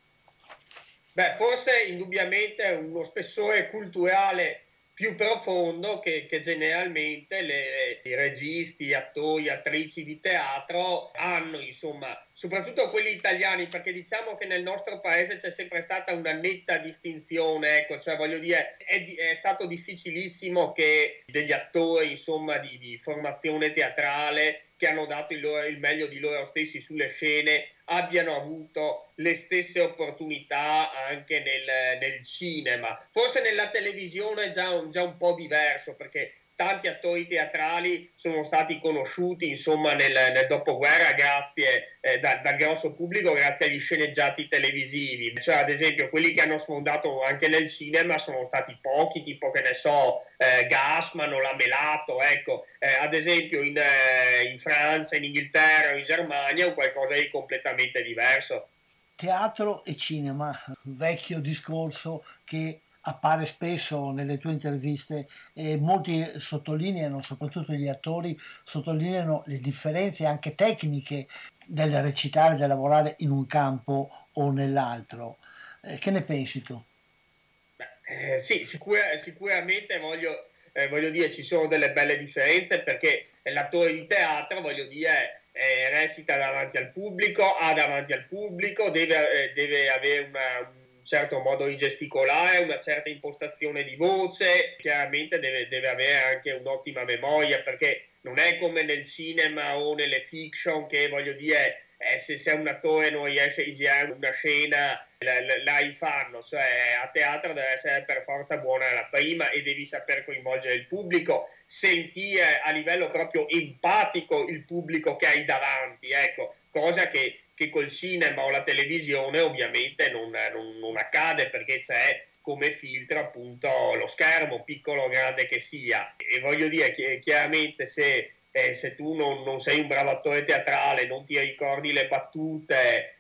Beh, forse indubbiamente uno spessore culturale più profondo che, che generalmente le, i registi, attori, attrici di teatro hanno, insomma, soprattutto quelli italiani, perché diciamo che nel nostro paese c'è sempre stata una netta distinzione, ecco, cioè voglio dire, è, è stato difficilissimo che degli attori, insomma, di, di formazione teatrale, che hanno dato il, loro, il meglio di loro stessi sulle scene, abbiano avuto le stesse opportunità anche nel, nel cinema. Forse nella televisione è già un, già un po' diverso, perché tanti attori teatrali sono stati conosciuti, insomma, nel, nel dopoguerra grazie eh, da, dal grosso pubblico, grazie agli sceneggiati televisivi. Cioè, ad esempio, quelli che hanno sfondato anche nel cinema sono stati pochi, tipo, che ne so, eh, Gassman o Lamelato, ecco. Eh, ad esempio, in, eh, in Francia, in Inghilterra o in Germania è un qualcosa di completamente diverso. Teatro e cinema, vecchio discorso che appare spesso nelle tue interviste, e molti sottolineano, soprattutto gli attori, sottolineano le differenze anche tecniche del recitare, del lavorare in un campo o nell'altro. Eh, che ne pensi tu? Beh, eh, sì, sicura, sicuramente voglio, eh, voglio dire, ci sono delle belle differenze, perché l'attore di teatro, voglio dire, eh, recita davanti al pubblico, ha davanti al pubblico, deve, eh, deve avere una certo modo di gesticolare, una certa impostazione di voce, chiaramente deve, deve avere anche un'ottima memoria, perché non è come nel cinema o nelle fiction che, voglio dire, eh, se, se un attore non riesce a girare una scena la, la, la rifanno, cioè a teatro deve essere per forza buona la prima e devi saper coinvolgere il pubblico, sentire a livello proprio empatico il pubblico che hai davanti, ecco, cosa che che col cinema o la televisione ovviamente non, non, non accade, perché c'è come filtro appunto lo schermo, piccolo o grande che sia. E voglio dire che chiaramente se, eh, se tu non, non sei un bravo attore teatrale, non ti ricordi le battute,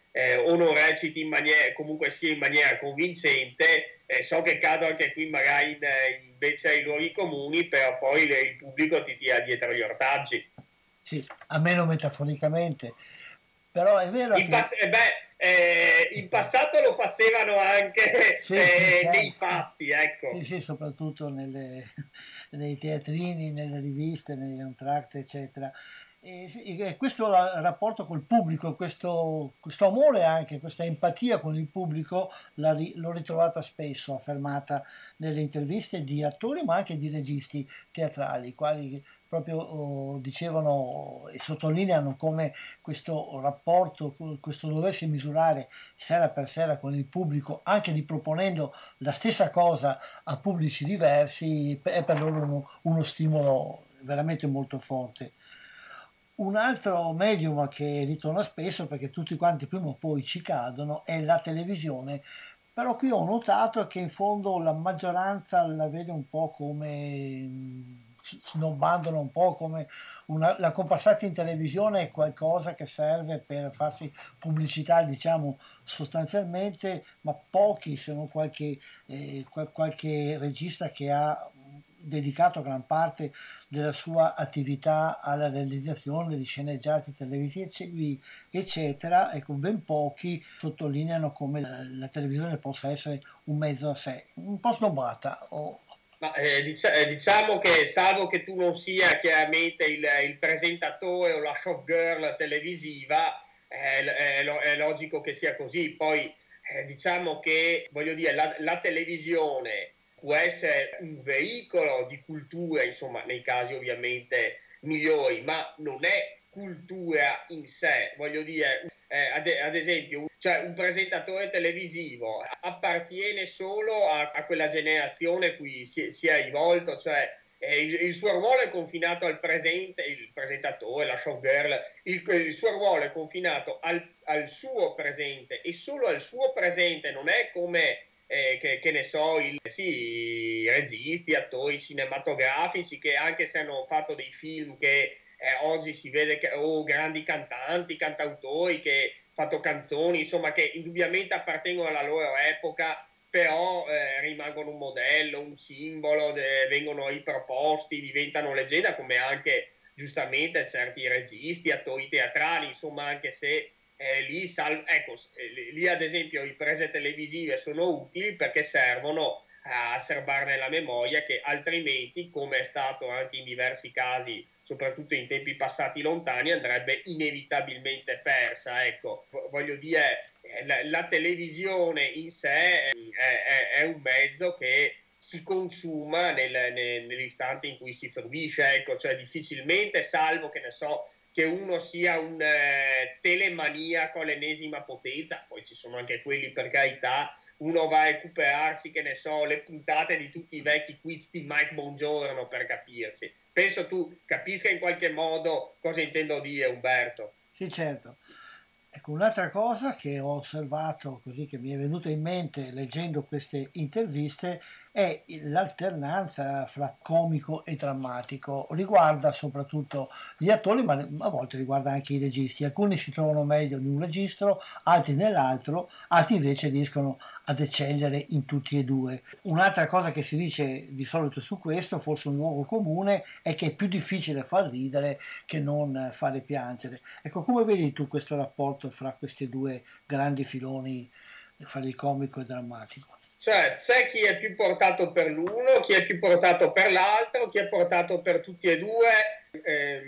eh, o non reciti in maniera, comunque sia in maniera convincente, eh, so che cado anche qui magari in, invece ai luoghi comuni, però poi le, il pubblico ti tira dietro gli ortaggi. Sì, almeno metaforicamente, però è vero in che... Pass- eh beh, eh, in passato lo facevano anche sì, eh, certo. nei fatti, ecco. Sì, sì, soprattutto nelle, nei teatrini, nelle riviste, negli entracte, eccetera. E, sì, e questo la- rapporto col pubblico, questo, questo amore anche, questa empatia con il pubblico la ri- l'ho ritrovata spesso affermata nelle interviste di attori ma anche di registi teatrali, i quali proprio oh, dicevano e sottolineano come questo rapporto, questo doversi misurare sera per sera con il pubblico, anche riproponendo la stessa cosa a pubblici diversi, è per loro uno, uno stimolo veramente molto forte. Un altro medium che ritorna spesso, perché tutti quanti prima o poi ci cadono, è la televisione. Però qui ho notato che in fondo la maggioranza la vede un po' come, snobbandolo un po' come una, la comparsata in televisione è qualcosa che serve per farsi pubblicità, diciamo, sostanzialmente, ma pochi, se non qualche, eh, qual- qualche regista che ha dedicato gran parte della sua attività alla realizzazione di sceneggiati televisivi, eccetera, e con ben pochi sottolineano come la, la televisione possa essere un mezzo a sé, un po' snobbata. O... Ma, eh, dic- eh, diciamo che, salvo che tu non sia chiaramente il, il presentatore o la showgirl televisiva, eh, è, lo- è logico che sia così. Poi eh, diciamo che, voglio dire, la, la televisione può essere un veicolo di cultura, insomma, nei casi ovviamente migliori, ma non è cultura in sé. Voglio dire, eh, ad, ad esempio, cioè un presentatore televisivo appartiene solo a, a quella generazione cui si, si è rivolto, cioè eh, il, il suo ruolo è confinato al presente, il presentatore, la showgirl, il, il suo ruolo è confinato al, al suo presente e solo al suo presente, non è come eh, che, che ne so, il, sì, i registi, attori cinematografici che anche se hanno fatto dei film che eh, oggi si vede che, o grandi cantanti, cantautori che hanno fatto canzoni, insomma, che indubbiamente appartengono alla loro epoca, però eh, rimangono un modello, un simbolo, de, vengono riproposti, diventano leggenda, come anche giustamente certi registi, attori teatrali, insomma, anche se eh, lì, sal- ecco, eh, lì ad esempio le riprese televisive sono utili perché servono a serbarne la memoria, che altrimenti, come è stato anche in diversi casi, soprattutto in tempi passati lontani, andrebbe inevitabilmente persa. Ecco, voglio dire, la, la televisione in sé è, è, è un mezzo che si consuma nel, nel, nell'istante in cui si fruisce, ecco, cioè difficilmente, salvo che ne so, che uno sia un eh, telemaniaco all'ennesima potenza, poi ci sono anche quelli, per carità, uno va a recuperarsi, che ne so, le puntate di tutti i vecchi quiz di Mike Bongiorno, per capirsi. Penso tu capisca in qualche modo cosa intendo dire, Umberto. Sì, certo. Ecco, un'altra cosa che ho osservato, così che mi è venuta in mente leggendo queste interviste, è l'alternanza fra comico e drammatico. Riguarda soprattutto gli attori, ma a volte riguarda anche i registi. Alcuni si trovano meglio in un registro, altri nell'altro, altri invece riescono ad eccellere in tutti e due. Un'altra cosa che si dice di solito su questo, forse un luogo comune, è che è più difficile far ridere che non fare piangere. Ecco, come vedi tu questo rapporto fra questi due grandi filoni, fra il comico e il drammatico? Cioè, c'è chi è più portato per l'uno, chi è più portato per l'altro, chi è portato per tutti e due. Eh,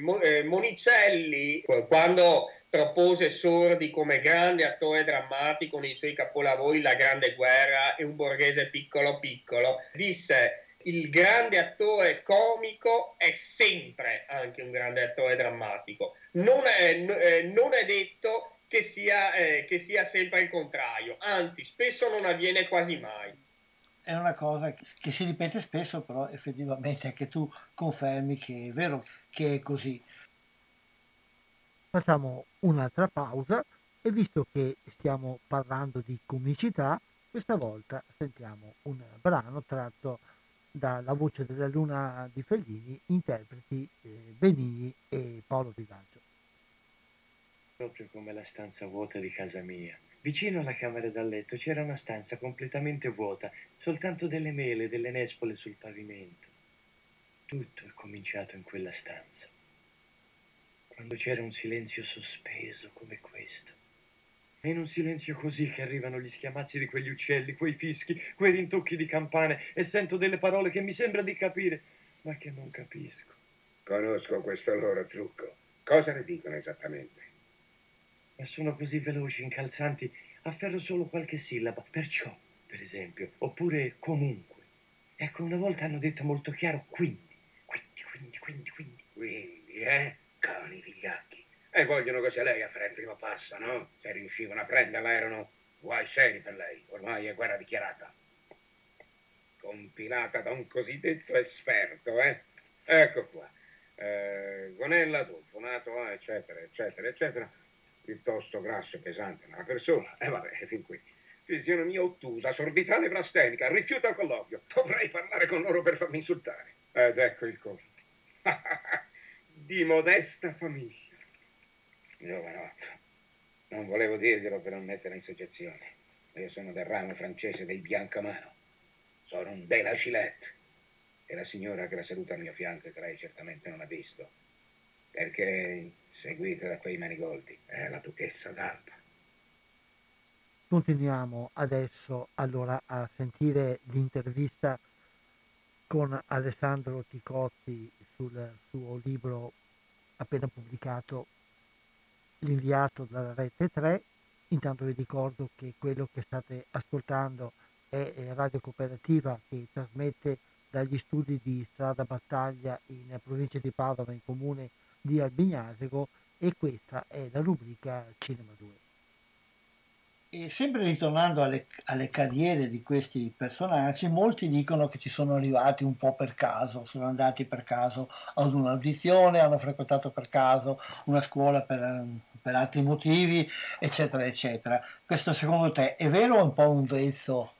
Monicelli, quando propose Sordi come grande attore drammatico nei suoi capolavori La Grande Guerra e Un borghese piccolo piccolo, disse: il grande attore comico è sempre anche un grande attore drammatico. Non è, non è detto che sia, eh, che sia sempre il contrario, anzi spesso non avviene quasi mai. È una cosa che si ripete spesso, però effettivamente anche tu confermi che è vero che è così. Facciamo un'altra pausa e visto che stiamo parlando di comicità, questa volta sentiamo un brano tratto dalla voce della Luna di Fellini, interpreti eh, Benigni e Paolo Villaggio. Proprio come la stanza vuota di casa mia. Vicino alla camera da letto c'era una stanza completamente vuota, soltanto delle mele e delle nespole sul pavimento. Tutto è cominciato in quella stanza, quando c'era un silenzio sospeso come questo. E in un silenzio così che arrivano gli schiamazzi di quegli uccelli, quei fischi, quei rintocchi di campane, e sento delle parole che mi sembra di capire, ma che non capisco. Conosco questo loro trucco. Cosa ne dicono esattamente? Ma sono così veloci, incalzanti, afferro solo qualche sillaba. Perciò, per esempio, oppure comunque. Ecco, una volta hanno detto molto chiaro quindi, quindi, quindi, quindi, quindi. Quindi, eh? Cani vigliacchi. E vogliono che sia lei a fare il primo passo, no? Se riuscivano a prenderla erano guai seri per lei. Ormai è guerra dichiarata. Compilata da un cosiddetto esperto, eh? Ecco qua. Eh, gonella, dolfonato, ah, eccetera, eccetera, eccetera. Piuttosto grasso e pesante nella persona. E eh, vabbè, fin qui. Fisionomia ottusa, sorbitale vrastenica, rifiuta il colloquio. Dovrei parlare con loro per farmi insultare. Ed ecco il colpo. Di modesta famiglia. Giovanotto, non volevo dirglielo per non mettere in soggezione. Io sono del ramo francese dei Biancamano. Sono un de la Gillette. E la signora che la saluta al mio fianco e che lei certamente non ha visto. Perché, seguita da quei manigoldi, è la duchessa d'Alba. Continuiamo adesso allora a sentire l'intervista con Alessandro Ticotti sul suo libro appena pubblicato, L'inviato dalla Rete tre. Intanto vi ricordo che quello che state ascoltando è Radio Cooperativa, che trasmette dagli studi di Strada Battaglia in provincia di Padova, in comune di Albignasego, e questa è la rubrica Cinema due. E sempre ritornando alle, alle carriere di questi personaggi, molti dicono che ci sono arrivati un po' per caso, sono andati per caso ad un'audizione, hanno frequentato per caso una scuola per, per altri motivi, eccetera, eccetera. Questo secondo te è vero o è un po' un vezzo?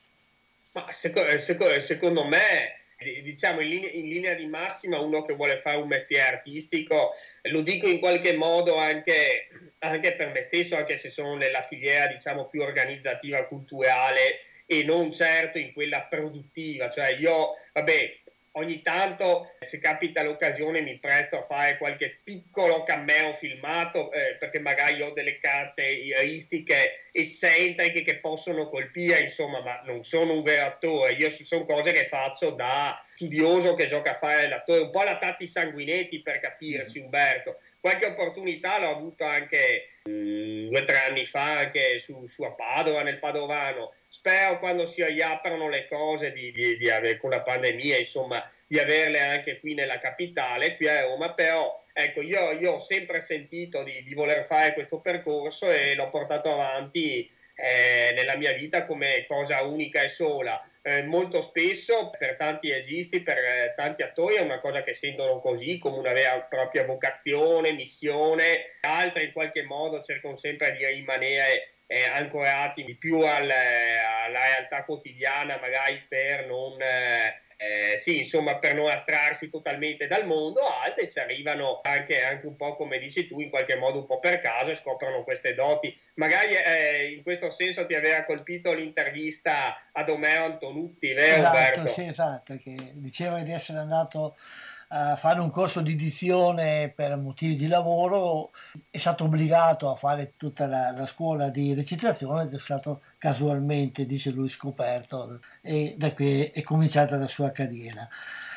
Ma secondo, secondo, secondo me, diciamo in linea, in linea di massima, uno che vuole fare un mestiere artistico, lo dico in qualche modo anche, anche per me stesso, anche se sono nella filiera diciamo più organizzativa, culturale e non certo in quella produttiva, cioè io, vabbè, ogni tanto se capita l'occasione mi presto a fare qualche piccolo cameo filmato eh, perché magari ho delle caratteristiche eccentriche che possono colpire, insomma, ma non sono un vero attore. Io sono cose che faccio da studioso che gioca a fare l'attore, un po' la Tatti Sanguinetti per capirci, Umberto. Qualche opportunità l'ho avuto anche mh, due o tre anni fa anche su, su a Padova, nel Padovano. Spero quando si riaprono le cose di, di, di avere, con la pandemia, insomma, di averle anche qui nella capitale, qui a Roma, però ecco, io, io ho sempre sentito di, di voler fare questo percorso e l'ho portato avanti eh, nella mia vita come cosa unica e sola. Eh, molto spesso per tanti registi, per eh, tanti attori è una cosa che sentono così, come una vera e propria vocazione, missione, altri in qualche modo cercano sempre di rimanere eh, ancorati di più al, alla realtà quotidiana, magari per non... Eh, Eh, sì, insomma, per non astrarsi totalmente dal mondo, altri ci arrivano anche, anche un po' come dici tu, in qualche modo un po' per caso e scoprono queste doti. Magari eh, in questo senso ti aveva colpito l'intervista a Domeo Antonutti, vero Esatto, Umberto? sì, esatto, che diceva di essere andato a fare un corso di dizione per motivi di lavoro, è stato obbligato a fare tutta la, la scuola di recitazione ed è stato casualmente, dice lui, scoperto, e da qui è cominciata la sua carriera.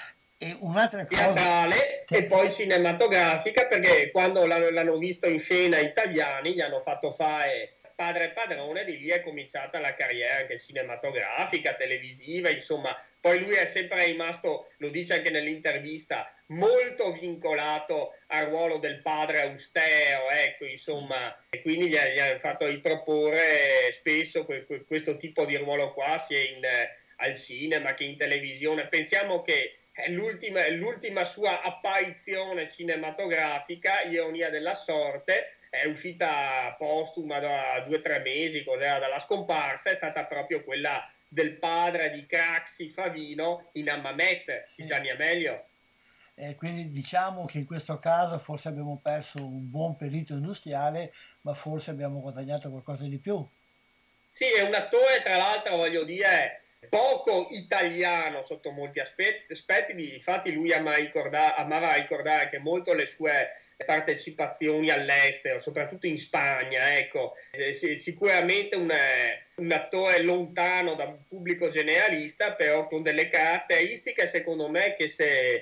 E un'altra cosa... teatrale e poi cinematografica, perché quando l'hanno visto in scena italiani gli hanno fatto fare Padre e Padrone, di lì è cominciata la carriera anche cinematografica, televisiva, insomma. Poi lui è sempre rimasto, lo dice anche nell'intervista, molto vincolato al ruolo del padre austero, ecco, insomma, e quindi gli, gli hanno fatto riproporre spesso que, que, questo tipo di ruolo qua, sia in, eh, al cinema che in televisione. Pensiamo che l'ultima, l'ultima sua apparizione cinematografica, ironia della sorte, è uscita postuma da due o tre mesi, cos'era, dalla scomparsa, è stata proprio quella del padre di Craxi Favino in Hammamet, di Gianni Amelio. E quindi diciamo che in questo caso forse abbiamo perso un buon perito industriale, ma forse abbiamo guadagnato qualcosa di più. Sì, è un attore, tra l'altro, voglio dire, poco italiano sotto molti aspetti, aspetti. Infatti lui ama ricordare, amava ricordare che molto le sue partecipazioni all'estero, soprattutto in Spagna, ecco, sicuramente un, un attore lontano da un pubblico generalista, però con delle caratteristiche, secondo me, che se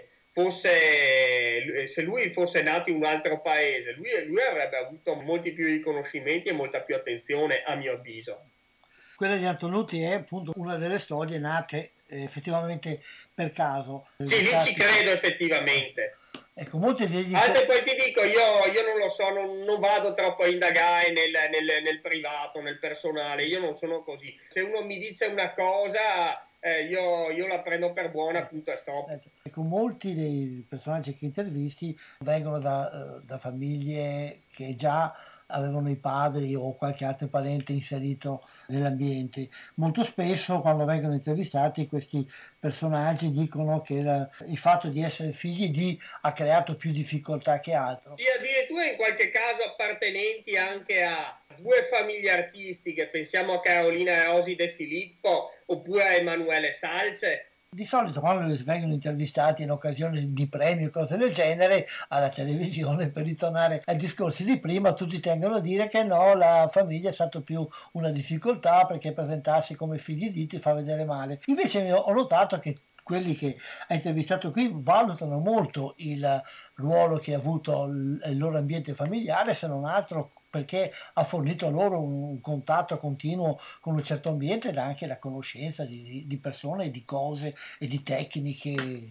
fosse, se lui fosse nato in un altro paese, lui, lui avrebbe avuto molti più riconoscimenti e molta più attenzione, a mio avviso. Quella di Antonucci è appunto una delle storie nate eh, effettivamente per caso. Sì, lì ci credo effettivamente. Ecco, molti degli... Altre poi ti dico, io, io non lo so, non, non vado troppo a indagare nel, nel, nel privato, nel personale, io non sono così. Se uno mi dice una cosa, eh, io, io la prendo per buona, appunto, e stop. Ecco, molti dei personaggi che intervisti vengono da, da famiglie che già avevano i padri o qualche altro parente inserito nell'ambiente. Molto spesso quando vengono intervistati questi personaggi dicono che la, il fatto di essere figli di ha creato più difficoltà che altro. Sì, addirittura in qualche caso appartenenti anche a due famiglie artistiche, pensiamo a Carolina Rosi De Filippo oppure a Emanuele Salce. Di solito quando vengono intervistati in occasione di premi o cose del genere alla televisione, per ritornare ai discorsi di prima, tutti tengono a dire che no, la famiglia è stato più una difficoltà perché presentarsi come figli di ti fa vedere male. Invece ho notato che quelli che ha intervistato qui valutano molto il ruolo che ha avuto il loro ambiente familiare, se non altro perché ha fornito loro un contatto continuo con un certo ambiente ed anche la conoscenza di, di persone, di cose e di tecniche.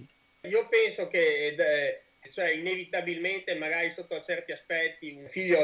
Io penso che eh, cioè, inevitabilmente, magari sotto certi aspetti, un figlio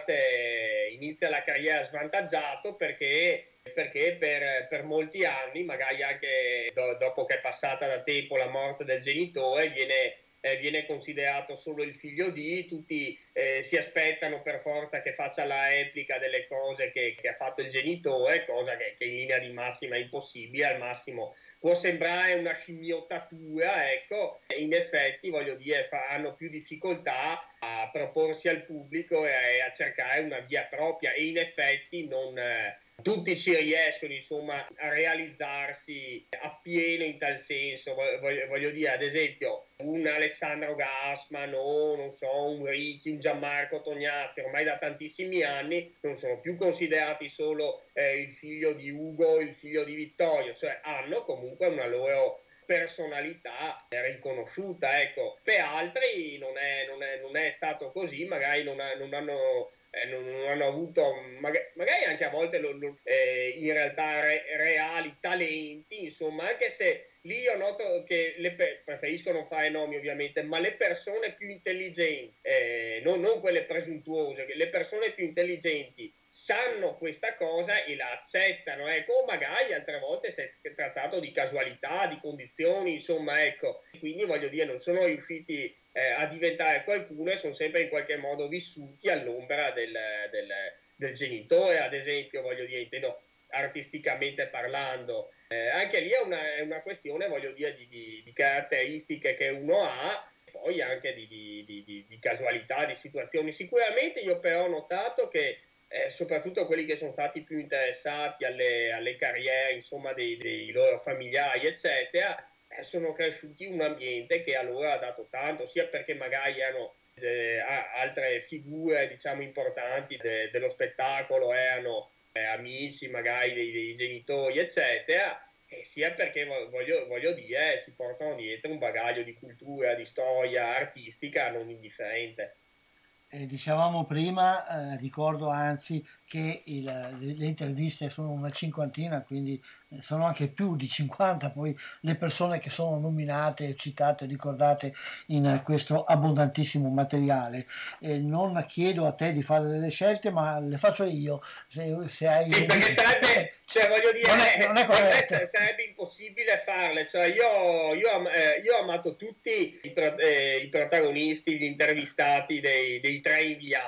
d'arte inizia la carriera svantaggiato perché perché per, per molti anni, magari anche do, dopo che è passata da tempo la morte del genitore, viene, eh, viene considerato solo il figlio di, tutti eh, si aspettano per forza che faccia la replica delle cose che, che ha fatto il genitore, cosa che, che in linea di massima è impossibile, al massimo può sembrare una scimmiottatura, ecco, in effetti voglio dire hanno più difficoltà a proporsi al pubblico e a, a cercare una via propria e in effetti non... Eh, tutti ci riescono insomma a realizzarsi appieno in tal senso, voglio, voglio dire ad esempio un Alessandro Gassman o non so un Ricci, un Gianmarco Tognazzi ormai da tantissimi anni non sono più considerati solo eh, il figlio di Ugo, il figlio di Vittorio, cioè hanno comunque una loro personalità riconosciuta, ecco. Per altri non è, non è, non è stato così, magari non, ha, non, hanno, eh, non, non hanno avuto, magari, magari anche a volte lo, lo, eh, in realtà re, reali talenti, insomma, anche se lì io noto che le pe- preferisco non fare nomi ovviamente, ma le persone più intelligenti, eh, non, non quelle presuntuose, le persone più intelligenti sanno questa cosa e la accettano, ecco, o magari altre volte si è trattato di casualità, di condizioni, insomma, ecco, quindi voglio dire non sono riusciti eh, a diventare qualcuno e sono sempre in qualche modo vissuti all'ombra del, del, del genitore, ad esempio, voglio dire, intendo artisticamente parlando, eh, anche lì è una, è una questione, voglio dire, di, di, di caratteristiche che uno ha, poi anche di, di, di, di casualità, di situazioni. Sicuramente io però ho notato che Eh, soprattutto quelli che sono stati più interessati alle, alle carriere insomma dei, dei loro familiari eccetera eh, sono cresciuti in un ambiente che a loro ha dato tanto, sia perché magari erano eh, altre figure diciamo importanti de, dello spettacolo, erano eh, amici magari dei, dei genitori eccetera, e sia perché voglio, voglio dire si portano dietro un bagaglio di cultura, di storia artistica non indifferente. Eh, dicevamo prima, eh, ricordo anzi che il, le, le interviste sono una cinquantina, quindi eh, sono anche più di cinquanta poi le persone che sono nominate, citate, ricordate in eh, questo abbondantissimo materiale. Eh, non chiedo a te di fare delle scelte, ma le faccio io. Se, se hai... Sì, perché sarebbe, cioè voglio dire, non è, non è corretto. Sarebbe impossibile farle, cioè io, io, eh, io ho amato tutti i, pro, eh, i protagonisti, gli intervistati dei, dei tre inviati,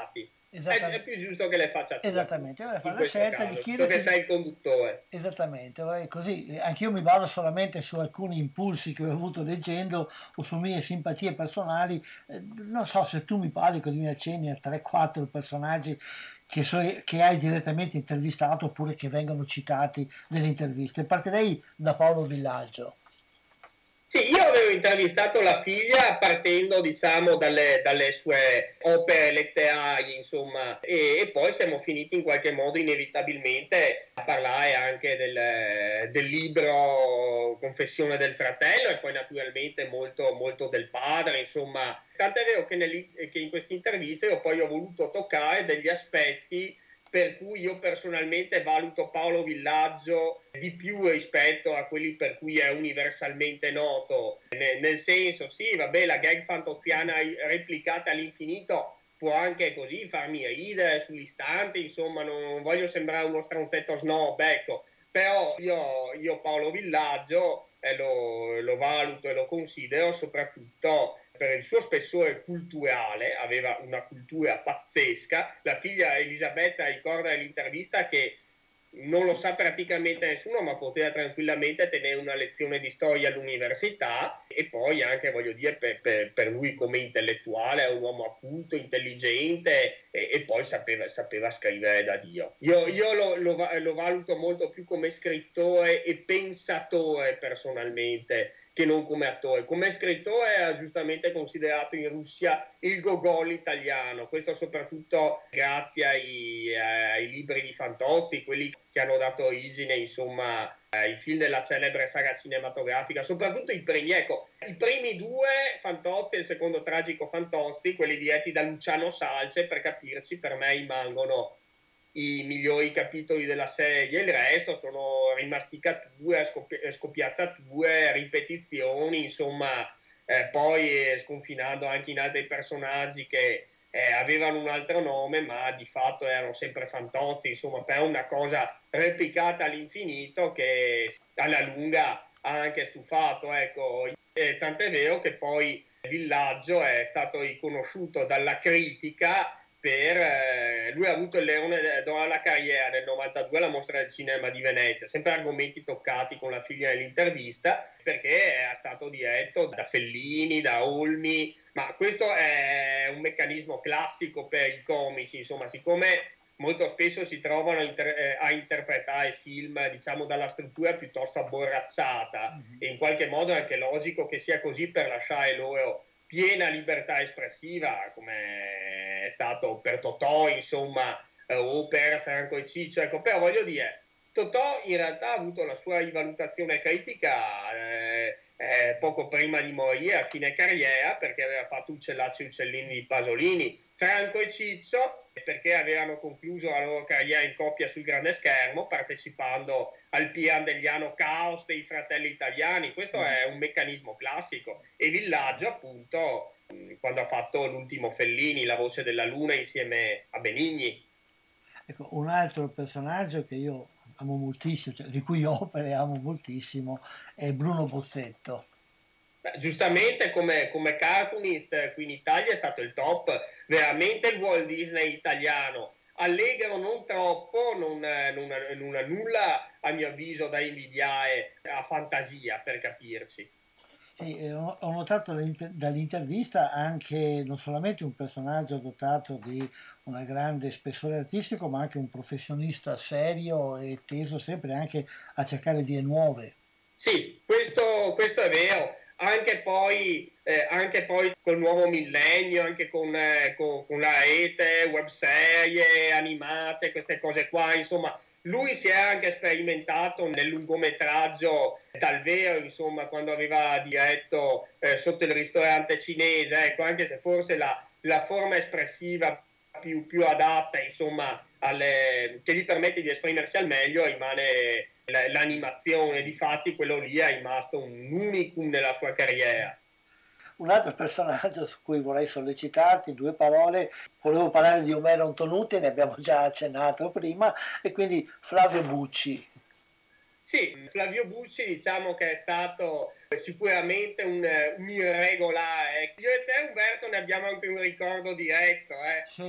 È, è più giusto che le faccia tu. Esattamente, in fare la scelta caso, di chi visto che sei il conduttore. Esattamente, così anch'io mi baso solamente su alcuni impulsi che ho avuto leggendo o su mie simpatie personali. Eh, non so se tu mi parli, così mi accenni a tre quattro personaggi che, so, che hai direttamente intervistato oppure che vengono citati nelle interviste. Partirei da Paolo Villaggio. Sì, io avevo intervistato la figlia partendo, diciamo, dalle, dalle sue opere letterarie, insomma, e, e poi siamo finiti in qualche modo inevitabilmente a parlare anche del, del libro Confessione del fratello e poi naturalmente molto, molto del padre, insomma. Tant'è vero che, che in queste interviste io poi ho voluto toccare degli aspetti per cui io personalmente valuto Paolo Villaggio di più rispetto a quelli per cui è universalmente noto, nel, nel senso, sì, vabbè, la gag fantoziana replicata all'infinito può anche così farmi ridere sull'istante, insomma, non voglio sembrare uno stronzetto snob, ecco, però io, io Paolo Villaggio eh, lo, lo valuto e lo considero soprattutto per il suo spessore culturale, aveva una cultura pazzesca. La figlia Elisabetta ricorda nell'intervista che non lo sa praticamente nessuno, ma poteva tranquillamente tenere una lezione di storia all'università, e poi anche, voglio dire, per, per, per lui come intellettuale è un uomo acuto, intelligente, e, e poi sapeva, sapeva scrivere da Dio. Io, io lo, lo, lo valuto molto più come scrittore e pensatore personalmente che non come attore. Come scrittore era giustamente considerato in Russia il Gogol italiano, questo soprattutto grazie ai, ai libri di Fantozzi, quelli che hanno dato origine, insomma, ai film della celebre saga cinematografica, soprattutto i primi, ecco, i primi due, Fantozzi e il secondo tragico Fantozzi, quelli diretti da Luciano Salce, per capirci, per me rimangono i migliori capitoli della serie, il resto sono rimasticature, scoppi- scoppiazzature, ripetizioni, insomma, eh, poi sconfinando anche in altri personaggi che Eh, avevano un altro nome, ma di fatto erano sempre Fantozzi, insomma, per una cosa replicata all'infinito che alla lunga ha anche stufato, ecco. E tant'è vero che poi Villaggio è stato riconosciuto dalla critica per eh, lui ha avuto il Leone d'Oro alla carriera nel novantadue alla Mostra del Cinema di Venezia, sempre argomenti toccati con la figlia nell'intervista, perché è stato diretto da Fellini, da Olmi, ma questo è un meccanismo classico per i comici, insomma, siccome molto spesso si trovano a, inter- eh, a interpretare film, diciamo, dalla struttura piuttosto abborracciata, mm-hmm. e in qualche modo è anche logico che sia così per lasciare loro piena libertà espressiva, come è stato per Totò, insomma, eh, o per Franco e Ciccio, ecco, però voglio dire, Totò in realtà ha avuto la sua rivalutazione critica eh, eh, poco prima di morire, a fine carriera, perché aveva fatto Uccellacci e Uccellini di Pasolini. Franco e Ciccio perché avevano concluso la loro carriera in coppia sul grande schermo, partecipando al pirandelliano caos dei Fratelli Italiani. Questo mm. è un meccanismo classico. E Villaggio, appunto, quando ha fatto l'ultimo Fellini, La voce della luna, insieme a Benigni. Ecco, un altro personaggio che io amo moltissimo, cioè, di cui opere amo moltissimo, è Bruno Bozzetto. Beh, giustamente come, come cartoonist qui in Italia è stato il top, veramente il Walt Disney italiano, allegro non troppo, non, non, non ha nulla a mio avviso da invidiare a Fantasia, per capirsi. Sì, eh, ho notato dall'intervista anche non solamente un personaggio dotato di un grande spessore artistico, ma anche un professionista serio e teso sempre anche a cercare vie nuove. Sì, questo, questo è vero. Anche poi, eh, anche poi col nuovo millennio, anche con, eh, con, con la rete, webserie animate, queste cose qua, insomma, lui si è anche sperimentato nel lungometraggio dal vero, insomma, quando aveva diretto eh, Sotto il ristorante cinese, ecco, anche se forse la, la forma espressiva più, più adatta, insomma, alle, che gli permette di esprimersi al meglio rimane l'animazione. Difatti quello lì è rimasto un unicum nella sua carriera. Un altro personaggio su cui vorrei sollecitarti due parole, volevo parlare di Omero Antonuti, ne abbiamo già accennato prima, e quindi Flavio Bucci. Sì, Flavio Bucci diciamo che è stato sicuramente un, un irregolare. Io e te, Umberto, ne abbiamo anche un ricordo diretto. Eh. Sì.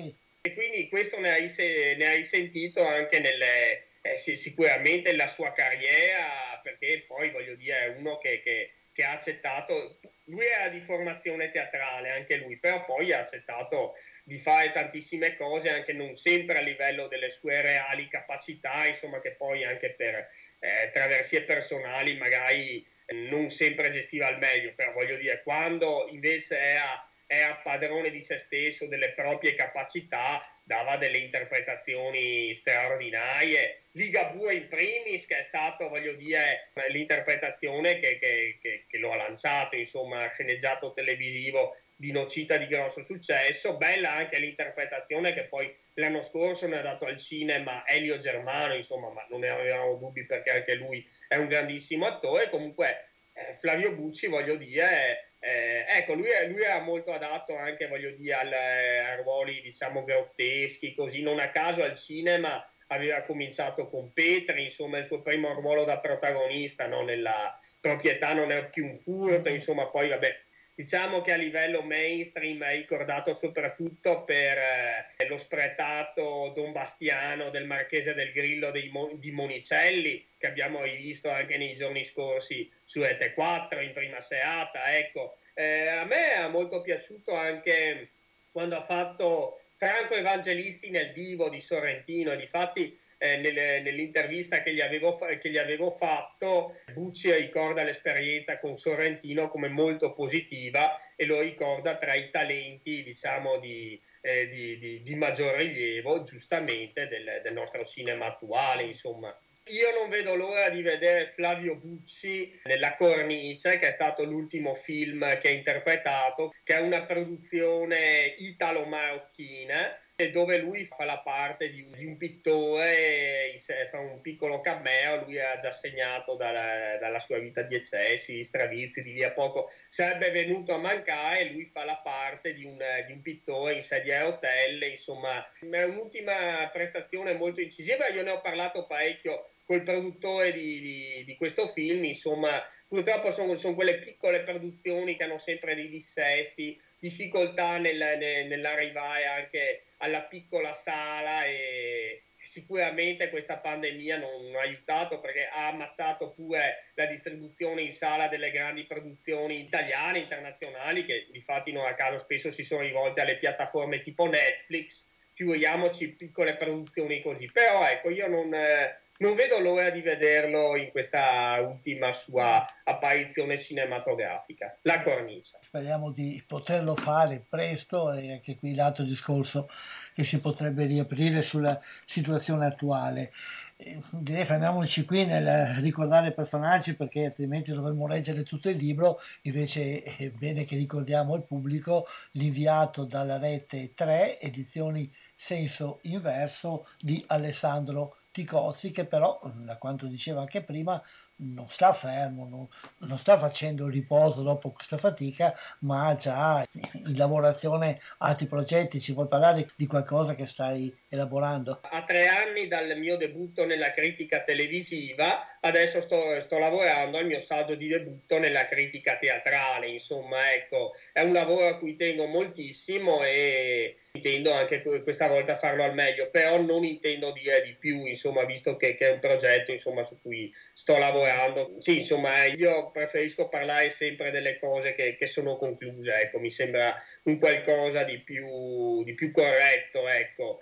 E quindi questo ne hai, se, ne hai sentito anche nelle, eh, sì, sicuramente nella sua carriera, perché poi voglio dire è uno che, che, che ha accettato, lui era di formazione teatrale anche lui, però poi ha accettato di fare tantissime cose anche non sempre a livello delle sue reali capacità, insomma, che poi anche per eh, traversie personali magari non sempre gestiva al meglio, però voglio dire, quando invece era era padrone di se stesso, delle proprie capacità, dava delle interpretazioni straordinarie. Ligabue in primis, che è stato, voglio dire, l'interpretazione che, che, che, che lo ha lanciato, insomma, sceneggiato televisivo di Nocita di grosso successo. Bella anche l'interpretazione che poi l'anno scorso ne ha dato al cinema Elio Germano, insomma, ma non ne avevamo dubbi perché anche lui è un grandissimo attore. Comunque eh, Flavio Bucci, voglio dire... Eh, ecco, lui, lui era molto adatto anche, voglio dire, al, a ruoli, diciamo, grotteschi, così. Non a caso al cinema aveva cominciato con Petri, insomma, il suo primo ruolo da protagonista, no? Nella Proprietà non è più un furto, insomma, poi vabbè, diciamo che a livello mainstream è ricordato soprattutto per eh, lo spretato Don Bastiano del Marchese del Grillo dei Mo- di Monicelli, che abbiamo rivisto anche nei giorni scorsi su Rete quattro in prima serata. Ecco, eh, a me è molto piaciuto anche quando ha fatto Franco Evangelisti nel Divo di Sorrentino. Difatti eh, nelle, nell'intervista che gli, avevo, che gli avevo fatto, Bucci ricorda l'esperienza con Sorrentino come molto positiva e lo ricorda tra i talenti, diciamo, di, eh, di, di, di maggior rilievo, giustamente, del, del nostro cinema attuale, insomma. Io non vedo l'ora di vedere Flavio Bucci nella Cornice, che è stato l'ultimo film che ha interpretato, che è una produzione italo-marocchina, dove lui fa la parte di un, di un pittore, fa un piccolo cameo. Lui ha già segnato dalla, dalla sua vita di eccessi, di stravizi, di lì a poco sarebbe venuto a mancare. Lui fa la parte di un, di un pittore in sedia a rotelle, insomma è un'ultima prestazione molto incisiva. Io ne ho parlato parecchio col produttore di, di, di questo film, insomma purtroppo sono, sono quelle piccole produzioni che hanno sempre dei dissesti, difficoltà nel, nel, nell'arrivare anche alla piccola sala, e sicuramente questa pandemia non ha aiutato, perché ha ammazzato pure la distribuzione in sala delle grandi produzioni italiane, internazionali, che infatti non a caso spesso si sono rivolte alle piattaforme tipo Netflix. Figuriamoci piccole produzioni così. Però ecco, io non... Eh, Non vedo l'ora di vederlo in questa ultima sua apparizione cinematografica, La Cornice. Speriamo di poterlo fare presto, e anche qui l'altro discorso che si potrebbe riaprire sulla situazione attuale. Direi fermiamoci qui nel ricordare i personaggi, perché altrimenti dovremmo leggere tutto il libro. Invece è bene che ricordiamo al pubblico l'inviato dalla Rete tre, edizioni senso inverso, di Alessandro Ticozzi, che però, da quanto diceva anche prima, non sta fermo, non, non sta facendo riposo dopo questa fatica, ma ha già in lavorazione altri progetti. Ci vuoi parlare di qualcosa che stai elaborando? A tre anni dal mio debutto nella critica televisiva, adesso sto, sto lavorando al mio saggio di debutto nella critica teatrale. Insomma, ecco, è un lavoro a cui tengo moltissimo e intendo anche questa volta farlo al meglio, però non intendo dire di più, insomma, visto che, che è un progetto, insomma, su cui sto lavorando. Sì, insomma, io preferisco parlare sempre delle cose che, che sono concluse, ecco, mi sembra un qualcosa di più, di più corretto, ecco.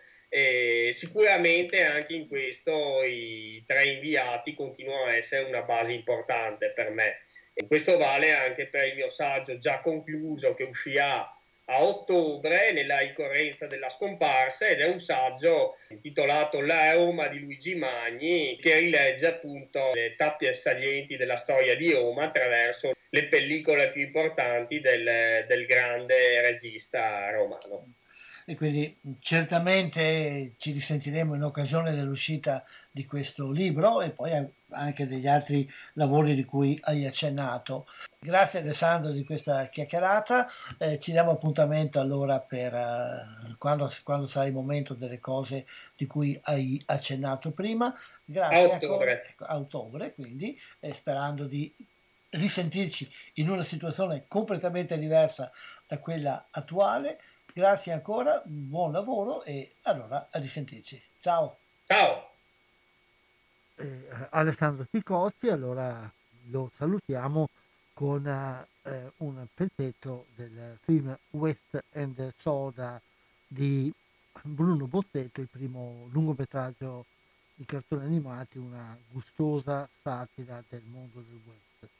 E sicuramente anche in questo i tre inviati continuano a essere una base importante per me. E questo vale anche per il mio saggio già concluso, che uscirà a ottobre nella ricorrenza della scomparsa, ed è un saggio intitolato La Roma di Luigi Magni, che rilegge appunto le tappe salienti della storia di Roma attraverso le pellicole più importanti del, del grande regista romano. E quindi certamente ci risentiremo in occasione dell'uscita di questo libro e poi anche degli altri lavori di cui hai accennato. Grazie Alessandro di questa chiacchierata, eh, ci diamo appuntamento allora per uh, quando, quando sarà il momento delle cose di cui hai accennato prima. Grazie. A ottobre. Ecco, a ottobre, quindi eh, sperando di risentirci in una situazione completamente diversa da quella attuale. Grazie ancora, buon lavoro e allora a risentirci. Ciao. Ciao. Eh, Alessandro Picozzi, allora lo salutiamo con eh, un pezzetto del film West and Soda di Bruno Bozzetto, il primo lungometraggio di cartoni animati, una gustosa satira del mondo del West.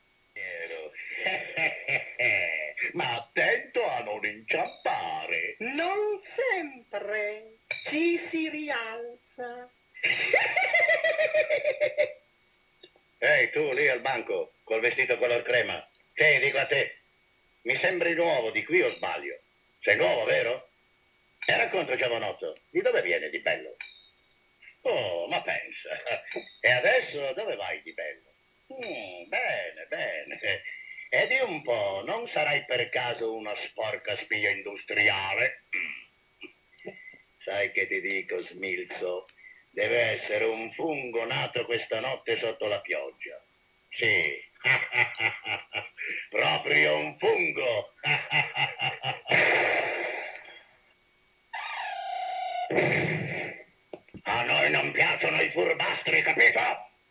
Ma attento a non inciampare. Non sempre ci si rialza. Ehi, tu lì al banco, col vestito color crema. Che dico a te? Mi sembri nuovo di qui o sbaglio? Sei nuovo, vero? E racconta, giovanotto, di dove viene di bello? Oh, ma pensa. E adesso dove vai di bello? Mm, bene, bene. E di un po', non sarai per caso una sporca spia industriale? Sai che ti dico, Smilzo? Deve essere un fungo nato questa notte sotto la pioggia. Sì, proprio un fungo. A noi non piacciono i furbastri, capito?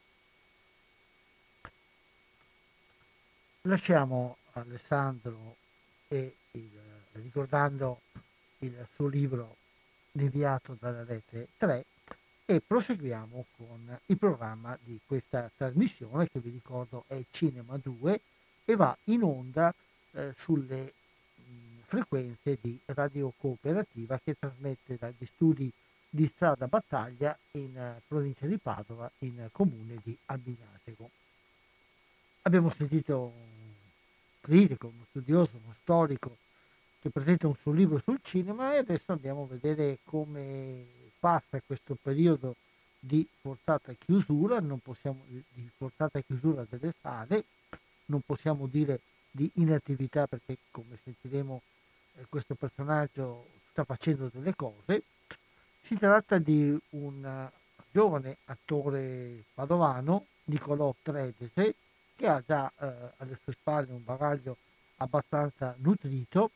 Lasciamo Alessandro e il, ricordando il suo libro Deviato dalla rete tre e proseguiamo con il programma di questa trasmissione che vi ricordo è Cinema due e va in onda eh, sulle mh, frequenze di Radio Cooperativa che trasmette dagli studi di Strada Battaglia in eh, provincia di Padova in eh, comune di Albinatego. Abbiamo sentito un critico, uno studioso, uno storico che presenta un suo libro sul cinema e adesso andiamo a vedere come passa questo periodo di forzata chiusura, non possiamo, di forzata chiusura delle sale, non possiamo dire di inattività perché come sentiremo eh, questo personaggio sta facendo delle cose. Si tratta di un giovane attore padovano, Nicolò Tredese, che ha già eh, alle sue spalle un bagaglio abbastanza nutrito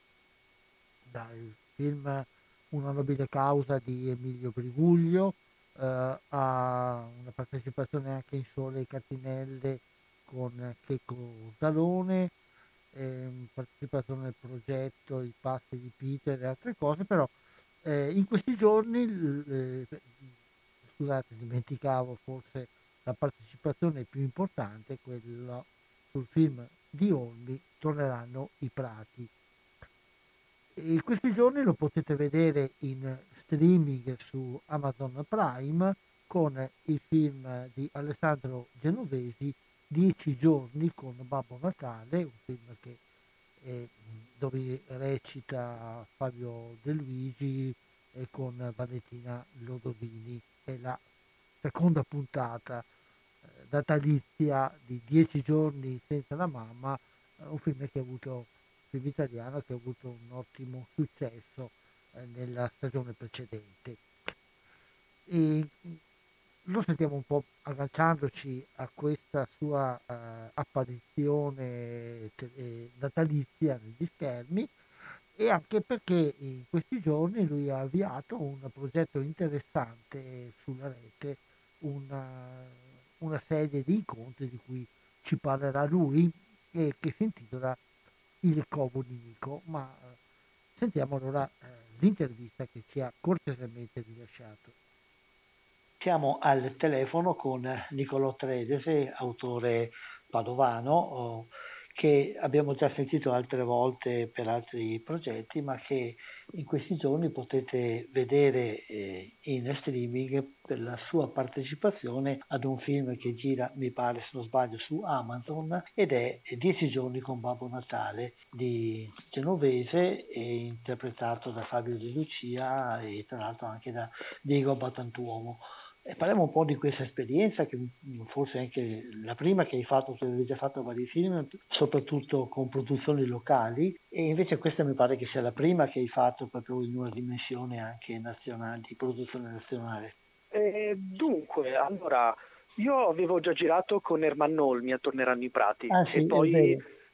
dal film Una nobile causa di Emilio Briguglio, eh, a una partecipazione anche in Sole e Catinelle con Checco Zalone, eh, partecipazione nel progetto I passi di Peter e altre cose, però eh, in questi giorni, eh, scusate, dimenticavo forse la partecipazione più importante, quella sul film di Olmi, Torneranno i prati. In questi giorni lo potete vedere in streaming su Amazon Prime con il film di Alessandro Genovesi, Dieci giorni con Babbo Natale, un film che, eh, dove recita Fabio De Luigi e con Valentina Lodovini. È la seconda puntata eh, natalizia di Dieci giorni senza la mamma, eh, un film che ha avuto film italiano che ha avuto un ottimo successo eh, nella stagione precedente. E lo sentiamo un po' agganciandoci a questa sua eh, apparizione eh, natalizia negli schermi e anche perché in questi giorni lui ha avviato un progetto interessante sulla rete, una, una serie di incontri di cui ci parlerà lui e che si intitola Il Covo Nemico, ma eh, sentiamo allora eh, l'intervista che ci ha cortesemente rilasciato. Siamo al telefono con Nicolò Tredese, autore padovano, oh, che abbiamo già sentito altre volte per altri progetti, ma che in questi giorni potete vedere eh, in streaming per la sua partecipazione ad un film che gira, mi pare se non sbaglio, su Amazon ed è Dieci giorni con Babbo Natale di Genovese e interpretato da Fabio De Lucia e tra l'altro anche da Diego Abbatantuomo. E parliamo un po' di questa esperienza, che forse è anche la prima che hai fatto, tu avevi già fatto vari film, soprattutto con produzioni locali, e invece questa mi pare che sia la prima che hai fatto proprio in una dimensione anche nazionale, di produzione nazionale. Eh, dunque, allora, io avevo già girato con Ermanno Olmi a Torneranno i Prati, Ah, sì, e poi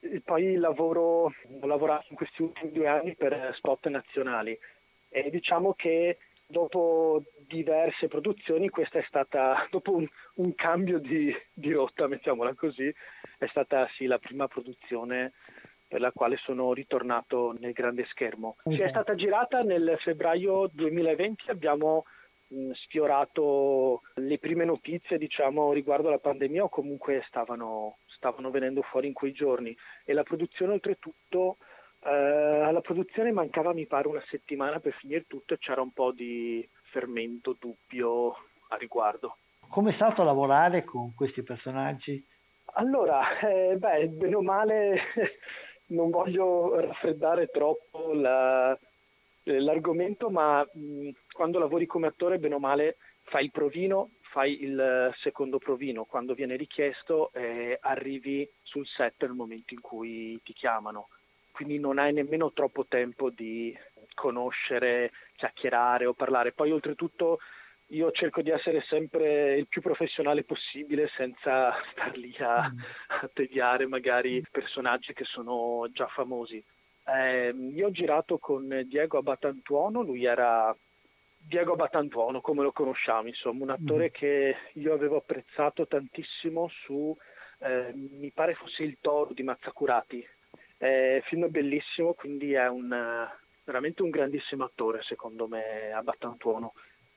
E poi lavoro, ho lavorato in questi ultimi due anni per spot nazionali e diciamo che dopo diverse produzioni questa è stata, dopo un, un cambio di, di rotta, mettiamola così, è stata sì la prima produzione per la quale sono ritornato nel grande schermo. Okay. Sì, è stata girata nel febbraio duemilaventi, abbiamo mh, sfiorato le prime notizie, diciamo, riguardo alla pandemia o comunque stavano, stavano venendo fuori in quei giorni e la produzione oltretutto, eh, alla produzione mancava mi pare una settimana per finire tutto e c'era un po' di fermento, dubbio a riguardo. Come è stato lavorare con questi personaggi? Allora, eh, beh, bene o male non voglio raffreddare troppo la, l'argomento, ma mh, quando lavori come attore, bene o male, fai il provino, fai il secondo provino. Quando viene richiesto, eh, arrivi sul set nel momento in cui ti chiamano. Quindi non hai nemmeno troppo tempo di conoscere, chiacchierare o parlare. Poi oltretutto io cerco di essere sempre il più professionale possibile senza star lì a, a tediare magari personaggi che sono già famosi. Eh, io ho girato con Diego Abbatantuono, lui era Diego Abbatantuono come lo conosciamo, insomma un attore mm. che io avevo apprezzato tantissimo su, eh, mi pare fosse Il Toro di Mazzacurati. Eh, il film è bellissimo, quindi è un, veramente un grandissimo attore secondo me Abbatantuono.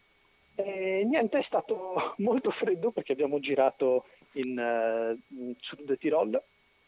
E niente, è stato molto freddo perché abbiamo girato in, uh, in Sud Tirol,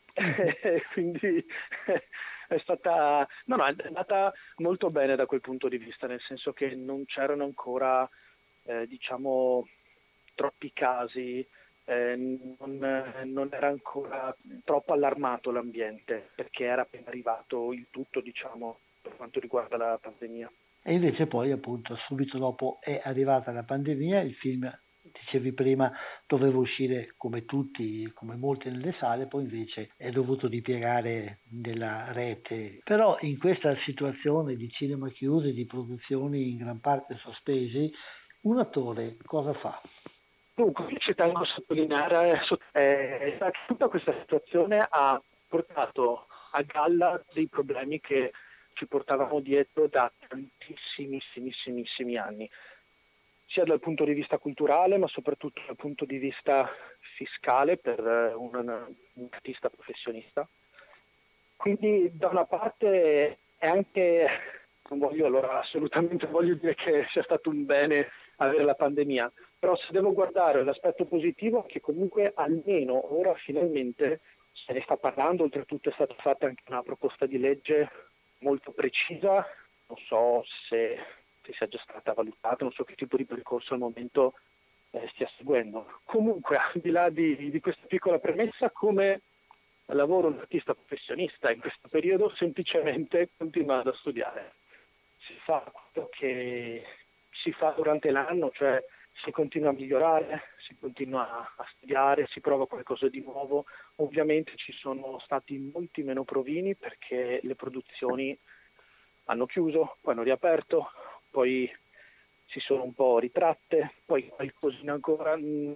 quindi è stata, no, no, è andata molto bene da quel punto di vista, nel senso che non c'erano ancora, eh, diciamo, troppi casi, eh, non, non era ancora troppo allarmato l'ambiente perché era appena arrivato il tutto, diciamo, per quanto riguarda la pandemia. E invece poi appunto subito dopo è arrivata la pandemia, il film, dicevi prima, doveva uscire come tutti, come molti nelle sale, poi invece è dovuto ripiegare nella rete. Però in questa situazione di cinema chiuso e di produzioni in gran parte sospesi, un attore cosa fa? Dunque, ci tengo a sottolineare eh, che tutta questa situazione ha portato a galla dei problemi che ci portavamo dietro da tantissimissimissimi anni, sia dal punto di vista culturale ma soprattutto dal punto di vista fiscale per un, un artista professionista. Quindi da una parte è anche, non voglio allora assolutamente voglio dire che sia stato un bene avere la pandemia, però se devo guardare l'aspetto positivo è che comunque almeno ora finalmente se ne sta parlando, oltretutto è stata fatta anche una proposta di legge molto precisa, non so se, se sia già stata valutata, non so che tipo di percorso al momento eh, stia seguendo. Comunque, al di là di, di questa piccola premessa, come lavoro un artista professionista in questo periodo, semplicemente continuando a studiare. Si fa quello che si fa durante l'anno, cioè si continua a migliorare, si continua a studiare, si prova qualcosa di nuovo. Ovviamente ci sono stati molti meno provini perché le produzioni hanno chiuso, poi hanno riaperto, poi si sono un po' ritratte, poi qualcosina ancora.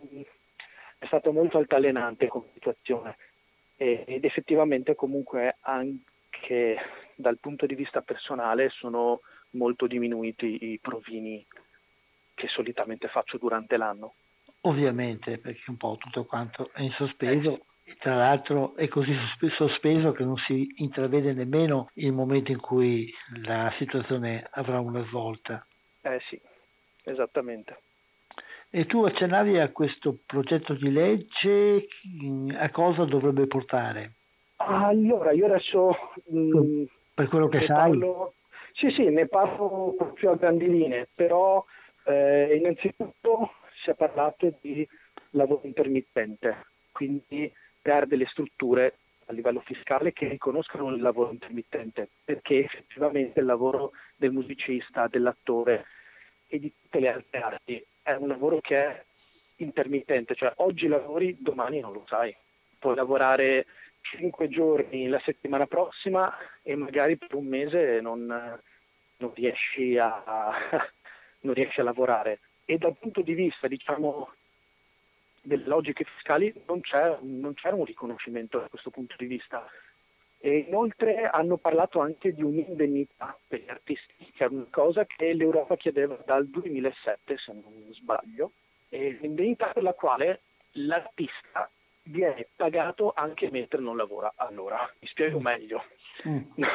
È stato molto altalenante come situazione ed effettivamente comunque anche dal punto di vista personale sono molto diminuiti i provini che solitamente faccio durante l'anno. Ovviamente, perché un po' tutto quanto è in sospeso, e tra l'altro è così sospeso che non si intravede nemmeno il momento in cui la situazione avrà una svolta. Eh sì, esattamente. E tu accennavi a questo progetto di legge, a cosa dovrebbe portare? Allora, io adesso... Mh, per quello che sai? Parlo, sì, sì, ne parlo proprio a grandi linee, però eh, innanzitutto si è parlato di lavoro intermittente, quindi creare delle strutture a livello fiscale che riconoscano il lavoro intermittente, perché effettivamente il lavoro del musicista, dell'attore e di tutte le altre arti è un lavoro che è intermittente, cioè oggi lavori, domani non lo sai. Puoi lavorare cinque giorni la settimana prossima e magari per un mese non, non riesci a non riesci a lavorare. E dal punto di vista, diciamo, delle logiche fiscali non c'è non c'era un riconoscimento da questo punto di vista. E inoltre hanno parlato anche di un'indennità per gli artisti, che è una cosa che l'Europa chiedeva dal duemilasette, se non sbaglio, e l'indennità per la quale l'artista viene pagato anche mentre non lavora. Allora, mi spiego meglio. Mm.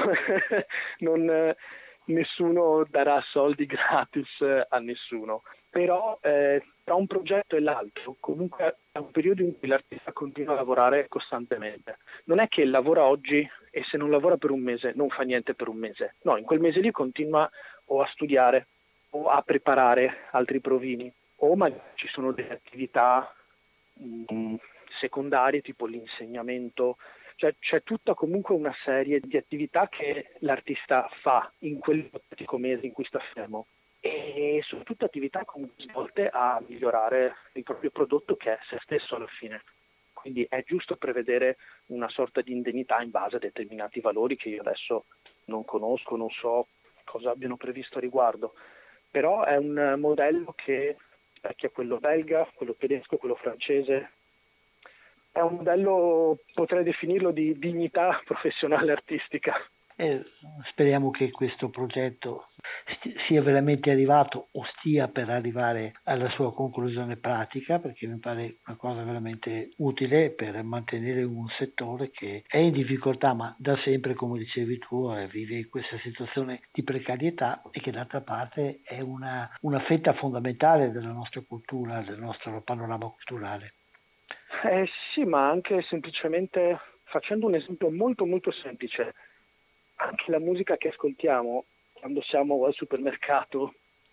non, nessuno darà soldi gratis a nessuno, però eh, tra un progetto e l'altro comunque è un periodo in cui l'artista continua a lavorare costantemente. Non è che lavora oggi e se non lavora per un mese non fa niente per un mese, no, in quel mese lì continua o a studiare o a preparare altri provini, o magari ci sono delle attività mh, secondarie tipo l'insegnamento. Cioè c'è tutta comunque una serie di attività che l'artista fa in quell'ipotetico mese in cui sta fermo, e sono tutte attività comunque svolte a migliorare il proprio prodotto, che è se stesso alla fine. Quindi è giusto prevedere una sorta di indennità in base a determinati valori che io adesso non conosco, non so cosa abbiano previsto a riguardo, però è un modello che specchia quello belga, quello tedesco, quello francese. È un modello, potrei definirlo, di dignità professionale artistica. E speriamo che questo progetto st- sia veramente arrivato o stia per arrivare alla sua conclusione pratica, perché mi pare una cosa veramente utile per mantenere un settore che è in difficoltà, ma da sempre, come dicevi tu, eh, vive questa situazione di precarietà, e che d'altra parte è una, una fetta fondamentale della nostra cultura, del nostro panorama culturale. Eh sì, ma anche semplicemente facendo un esempio molto molto semplice, anche la musica che ascoltiamo quando siamo al supermercato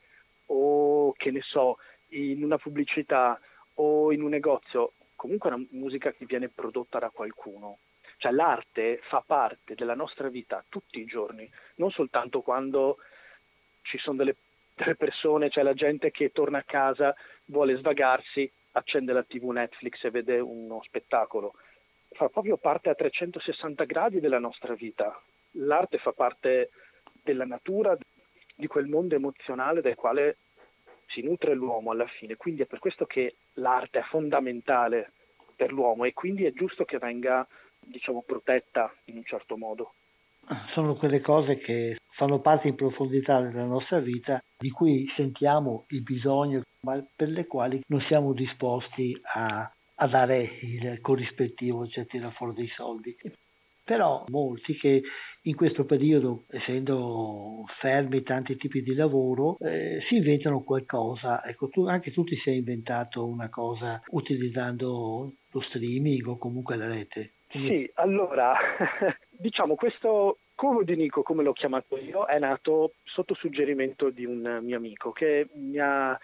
o che ne so, in una pubblicità o in un negozio, comunque è una musica che viene prodotta da qualcuno. Cioè l'arte fa parte della nostra vita tutti i giorni, non soltanto quando ci sono delle, delle persone, cioè la gente che torna a casa, vuole svagarsi, accende la tivù Netflix e vede uno spettacolo. Fa proprio parte a trecentosessanta gradi della nostra vita. L'arte fa parte della natura, di quel mondo emozionale del quale si nutre l'uomo alla fine. Quindi è per questo che l'arte è fondamentale per l'uomo, e quindi è giusto che venga, diciamo, protetta in un certo modo. Sono quelle cose che fanno parte in profondità della nostra vita, di cui sentiamo il bisogno, ma per le quali non siamo disposti a, a dare il corrispettivo, cioè tirare fuori dei soldi. Però molti che in questo periodo, essendo fermi tanti tipi di lavoro, eh, si inventano qualcosa. Ecco, tu, anche tu ti sei inventato una cosa utilizzando lo streaming o comunque la rete. Sì, allora, diciamo questo Covo di Nico, come l'ho chiamato io, è nato sotto suggerimento di un mio amico che mi ha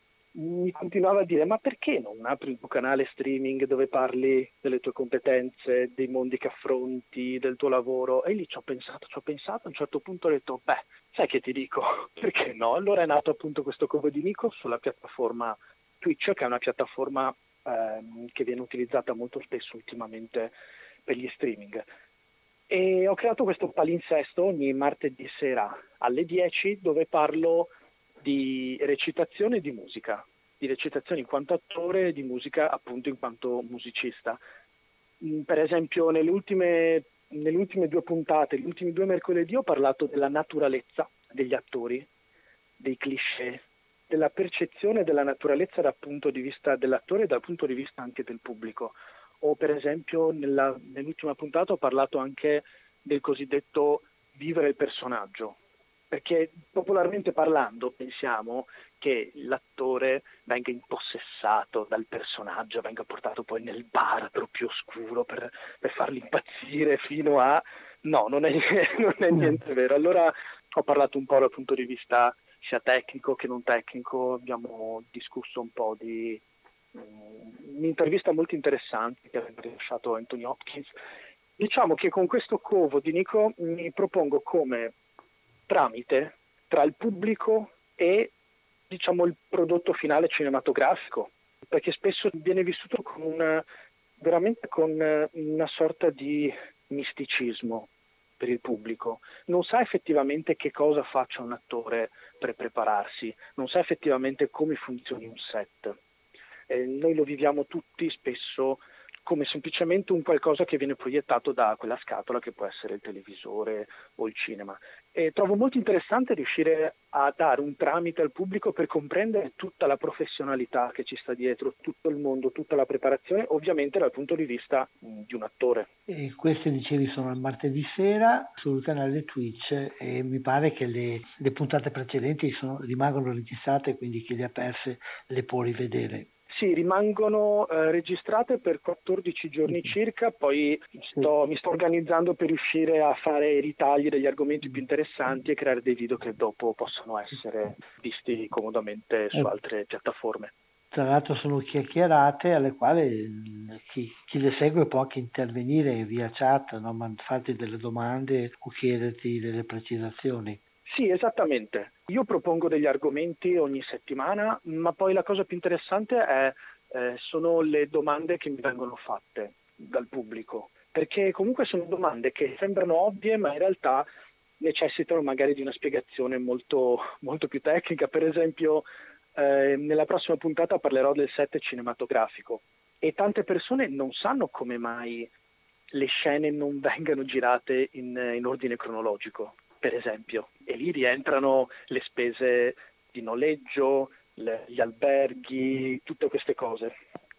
mi continuava a dire: ma perché non apri il tuo canale streaming dove parli delle tue competenze, dei mondi che affronti, del tuo lavoro? E lì ci ho pensato, ci ho pensato, a un certo punto ho detto: beh, sai che ti dico, perché no? Allora è nato appunto questo Covo di Nico sulla piattaforma Twitch, che è una piattaforma ehm, che viene utilizzata molto spesso ultimamente per gli streaming. E ho creato questo palinsesto ogni martedì sera alle dieci, dove parlo di recitazione e di musica, di recitazione in quanto attore e di musica appunto in quanto musicista. Per esempio nelle ultime, nelle ultime due puntate, gli ultimi due mercoledì, ho parlato della naturalezza degli attori, dei cliché, della percezione della naturalezza dal punto di vista dell'attore e dal punto di vista anche del pubblico. O per esempio nella, nell'ultima puntata ho parlato anche del cosiddetto vivere il personaggio, perché popolarmente parlando pensiamo che l'attore venga impossessato dal personaggio, venga portato poi nel baratro più oscuro per, per farli impazzire fino a... No, non è, non è niente vero. Allora ho parlato un po' dal punto di vista sia tecnico che non tecnico, abbiamo discusso un po' di un'intervista molto interessante che aveva rilasciato Anthony Hopkins. Diciamo che con questo Covo di Nico mi propongo come tramite tra il pubblico e, diciamo, il prodotto finale cinematografico, perché spesso viene vissuto con una, veramente con una sorta di misticismo per il pubblico. Non sa effettivamente che cosa faccia un attore per prepararsi, non sa effettivamente come funzioni un set. Eh, noi lo viviamo tutti spesso come semplicemente un qualcosa che viene proiettato da quella scatola che può essere il televisore o il cinema. E trovo molto interessante riuscire a dare un tramite al pubblico per comprendere tutta la professionalità che ci sta dietro, tutto il mondo, tutta la preparazione, ovviamente dal punto di vista mh, di un attore. E queste, dicevi, sono il martedì sera sul canale Twitch e mi pare che le, le puntate precedenti sono, rimangono registrate, quindi chi le ha perse le può rivedere. Sì, rimangono eh, registrate per quattordici giorni circa, poi sto, mi sto organizzando per riuscire a fare i ritagli degli argomenti più interessanti e creare dei video che dopo possono essere visti comodamente su altre piattaforme. Tra l'altro sono chiacchierate alle quali chi, chi le segue può anche intervenire via chat, no? Farti delle domande o chiederti delle precisazioni. Sì, esattamente. Io propongo degli argomenti ogni settimana, ma poi la cosa più interessante è, eh, sono le domande che mi vengono fatte dal pubblico, perché comunque sono domande che sembrano ovvie, ma in realtà necessitano magari di una spiegazione molto, molto più tecnica. Per esempio, eh, nella prossima puntata parlerò del set cinematografico e tante persone non sanno come mai le scene non vengano girate in, in ordine cronologico, per esempio, e lì rientrano le spese di noleggio, le, gli alberghi, tutte queste cose.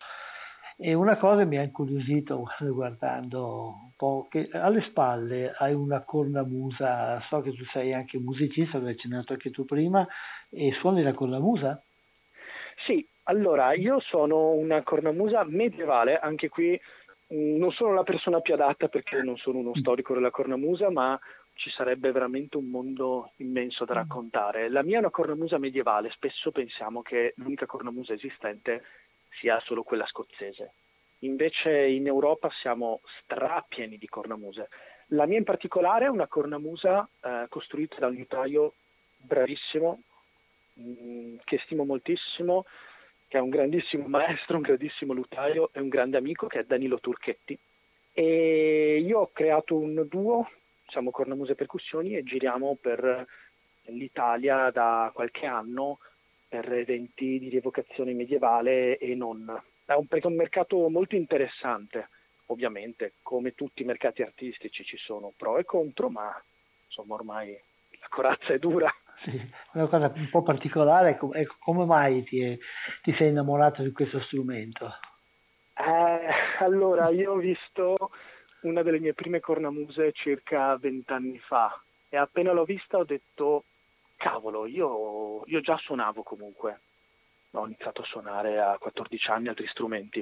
E una cosa mi ha incuriosito guardando un po', che alle spalle hai una cornamusa, so che tu sei anche musicista, l'hai accennato anche tu prima, e suoni la cornamusa? Sì, allora io sono una cornamusa medievale, anche qui mh, non sono la persona più adatta perché non sono uno storico della cornamusa, ma ci sarebbe veramente un mondo immenso da raccontare. La mia è una cornamusa medievale, spesso pensiamo che l'unica cornamusa esistente sia solo quella scozzese. Invece in Europa siamo strapieni di cornamuse. La mia in particolare è una cornamusa eh, costruita da un liutaio bravissimo, mh, che stimo moltissimo, che è un grandissimo maestro, un grandissimo liutaio e un grande amico, che è Danilo Turchetti. E io ho creato un duo, siamo Cornamuse Percussioni, e giriamo per l'Italia da qualche anno per eventi di rievocazione medievale e non. È un, è un mercato molto interessante, ovviamente, come tutti i mercati artistici ci sono pro e contro, ma insomma ormai la corazza è dura. Sì, una cosa un po' particolare è com- è come mai ti, è, ti sei innamorato di questo strumento? Eh, allora, io ho visto una delle mie prime cornamuse circa vent'anni fa e appena l'ho vista ho detto cavolo, io, io già suonavo comunque, ho iniziato a suonare a quattordici anni altri strumenti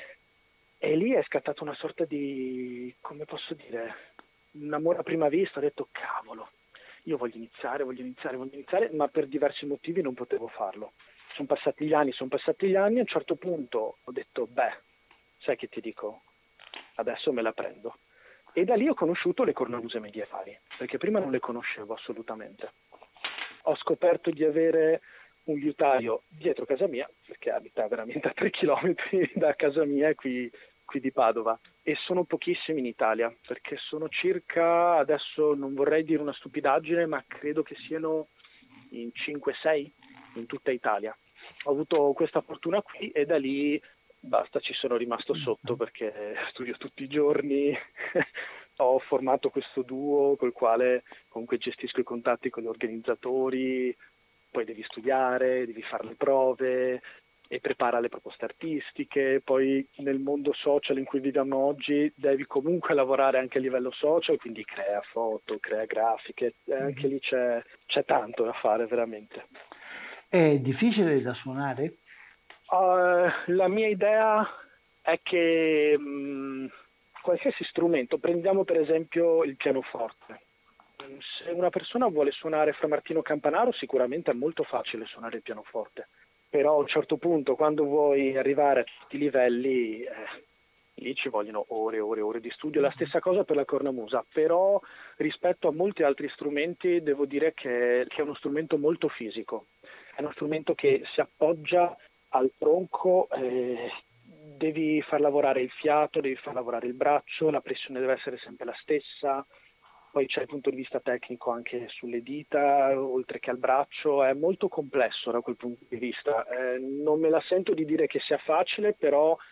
e lì è scattata una sorta di, come posso dire, un amore a prima vista. Ho detto cavolo, io voglio iniziare, voglio iniziare, voglio iniziare, ma per diversi motivi non potevo farlo. Sono passati gli anni, sono passati gli anni, a un certo punto ho detto beh, sai che ti dico? Adesso me la prendo. E da lì ho conosciuto le cornamuse medievali, perché prima non le conoscevo assolutamente. Ho scoperto di avere un liutaio dietro casa mia, perché abita veramente a tre chilometri da casa mia, qui, qui di Padova, e sono pochissimi in Italia, perché sono circa, adesso non vorrei dire una stupidaggine, ma credo che siano in cinque sei in tutta Italia. Ho avuto questa fortuna qui e da lì basta, ci sono rimasto sotto perché studio tutti i giorni. Ho formato questo duo col quale comunque gestisco i contatti con gli organizzatori, poi devi studiare, devi fare le prove e prepara le proposte artistiche, poi nel mondo social in cui viviamo oggi devi comunque lavorare anche a livello social, quindi crea foto, crea grafiche, e anche lì c'è, c'è tanto da fare veramente. È difficile da suonare? Uh, la mia idea è che mh, qualsiasi strumento, prendiamo per esempio il pianoforte, se una persona vuole suonare fra Martino Campanaro sicuramente è molto facile suonare il pianoforte, però a un certo punto quando vuoi arrivare a tutti i livelli eh, lì ci vogliono ore e ore e ore di studio. La stessa cosa per la cornamusa, però rispetto a molti altri strumenti devo dire che, che è uno strumento molto fisico, è uno strumento che si appoggia al tronco, eh, devi far lavorare il fiato, devi far lavorare il braccio, la pressione deve essere sempre la stessa, poi c'è il punto di vista tecnico anche sulle dita, oltre che al braccio, è molto complesso da quel punto di vista. Eh, non me la sento di dire che sia facile, però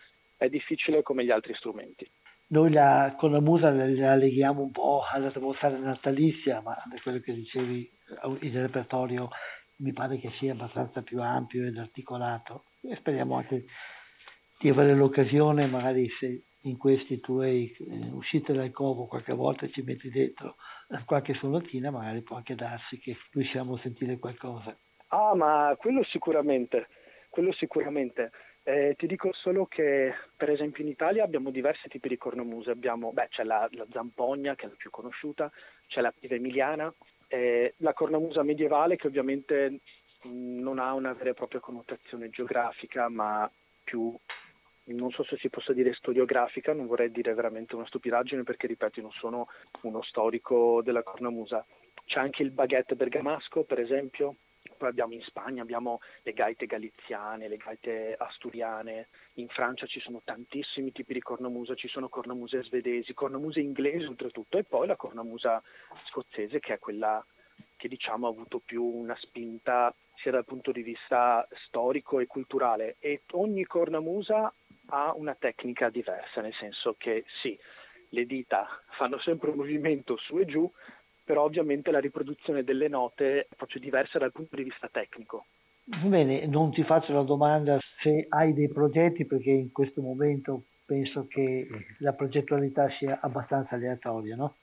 è difficile come gli altri strumenti. Noi la cornamusa la, la leghiamo un po' all'atmosfera natalizia, ma da quello che dicevi il repertorio mi pare che sia abbastanza più ampio ed articolato, e speriamo anche di avere l'occasione, magari se in questi tuoi eh, uscite dal covo qualche volta ci metti dentro qualche sonatina, magari può anche darsi che riusciamo a sentire qualcosa. Ah, ma quello sicuramente, quello sicuramente. Eh, ti dico solo che per esempio in Italia abbiamo diversi tipi di cornamuse, abbiamo, beh, c'è la, la zampogna che è la più conosciuta, c'è la piva emiliana, eh, la cornamusa medievale che ovviamente mh, non ha una vera e propria connotazione geografica, ma più, non so se si possa dire storiografica, non vorrei dire veramente una stupidaggine perché ripeto non sono uno storico della cornamusa. C'è anche il baguette bergamasco per esempio. Poi abbiamo in Spagna, abbiamo le gaite galiziane, le gaite asturiane, in Francia ci sono tantissimi tipi di cornamusa, ci sono cornamuse svedesi, cornamuse inglesi oltretutto, e poi la cornamusa scozzese che è quella che diciamo ha avuto più una spinta sia dal punto di vista storico e culturale, e ogni cornamusa ha una tecnica diversa, nel senso che sì, le dita fanno sempre un movimento su e giù, però ovviamente la riproduzione delle note è proprio diversa dal punto di vista tecnico. Bene, non ti faccio la domanda se hai dei progetti, perché in questo momento penso che la progettualità sia abbastanza aleatoria, no?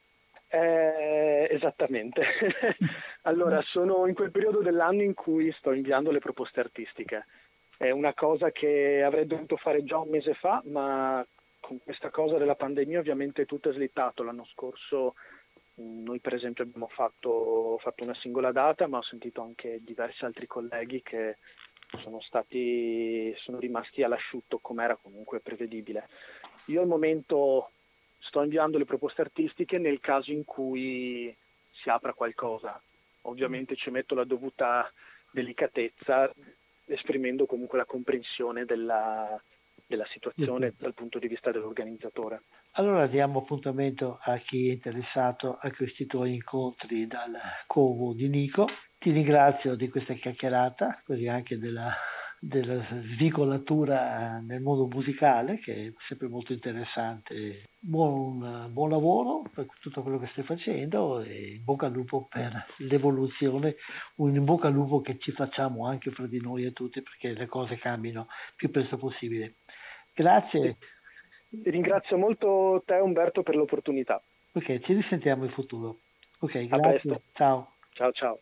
Eh, esattamente. Allora, sono in quel periodo dell'anno in cui sto inviando le proposte artistiche. È una cosa che avrei dovuto fare già un mese fa, ma con questa cosa della pandemia ovviamente tutto è slittato. L'anno scorso noi per esempio abbiamo fatto, fatto una singola data, ma ho sentito anche diversi altri colleghi che sono stati sono rimasti all'asciutto, come era comunque prevedibile. Io al momento sto inviando le proposte artistiche nel caso in cui si apra qualcosa. Ovviamente ci metto la dovuta delicatezza, esprimendo comunque la comprensione della, della situazione dal punto di vista dell'organizzatore. Allora diamo appuntamento a chi è interessato a questi tuoi incontri dal covo di Nico. Ti ringrazio di questa chiacchierata, così anche della, della svicolatura nel mondo musicale, che è sempre molto interessante. Buon, buon lavoro per tutto quello che stai facendo e in bocca al lupo per l'evoluzione, un in bocca al lupo che ci facciamo anche fra di noi e tutti, perché le cose cambino più presto possibile. Grazie. Ringrazio molto te Umberto per l'opportunità. Ok, ci risentiamo in futuro. Ok, A grazie. presto. Ciao. Ciao ciao.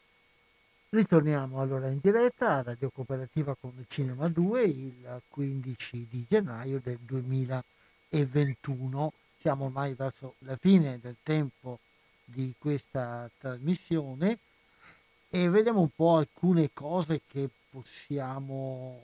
Ritorniamo allora in diretta a Radio Cooperativa con il Cinema due il quindici di gennaio del duemilaventuno. Siamo ormai verso la fine del tempo di questa trasmissione e vediamo un po' alcune cose che possiamo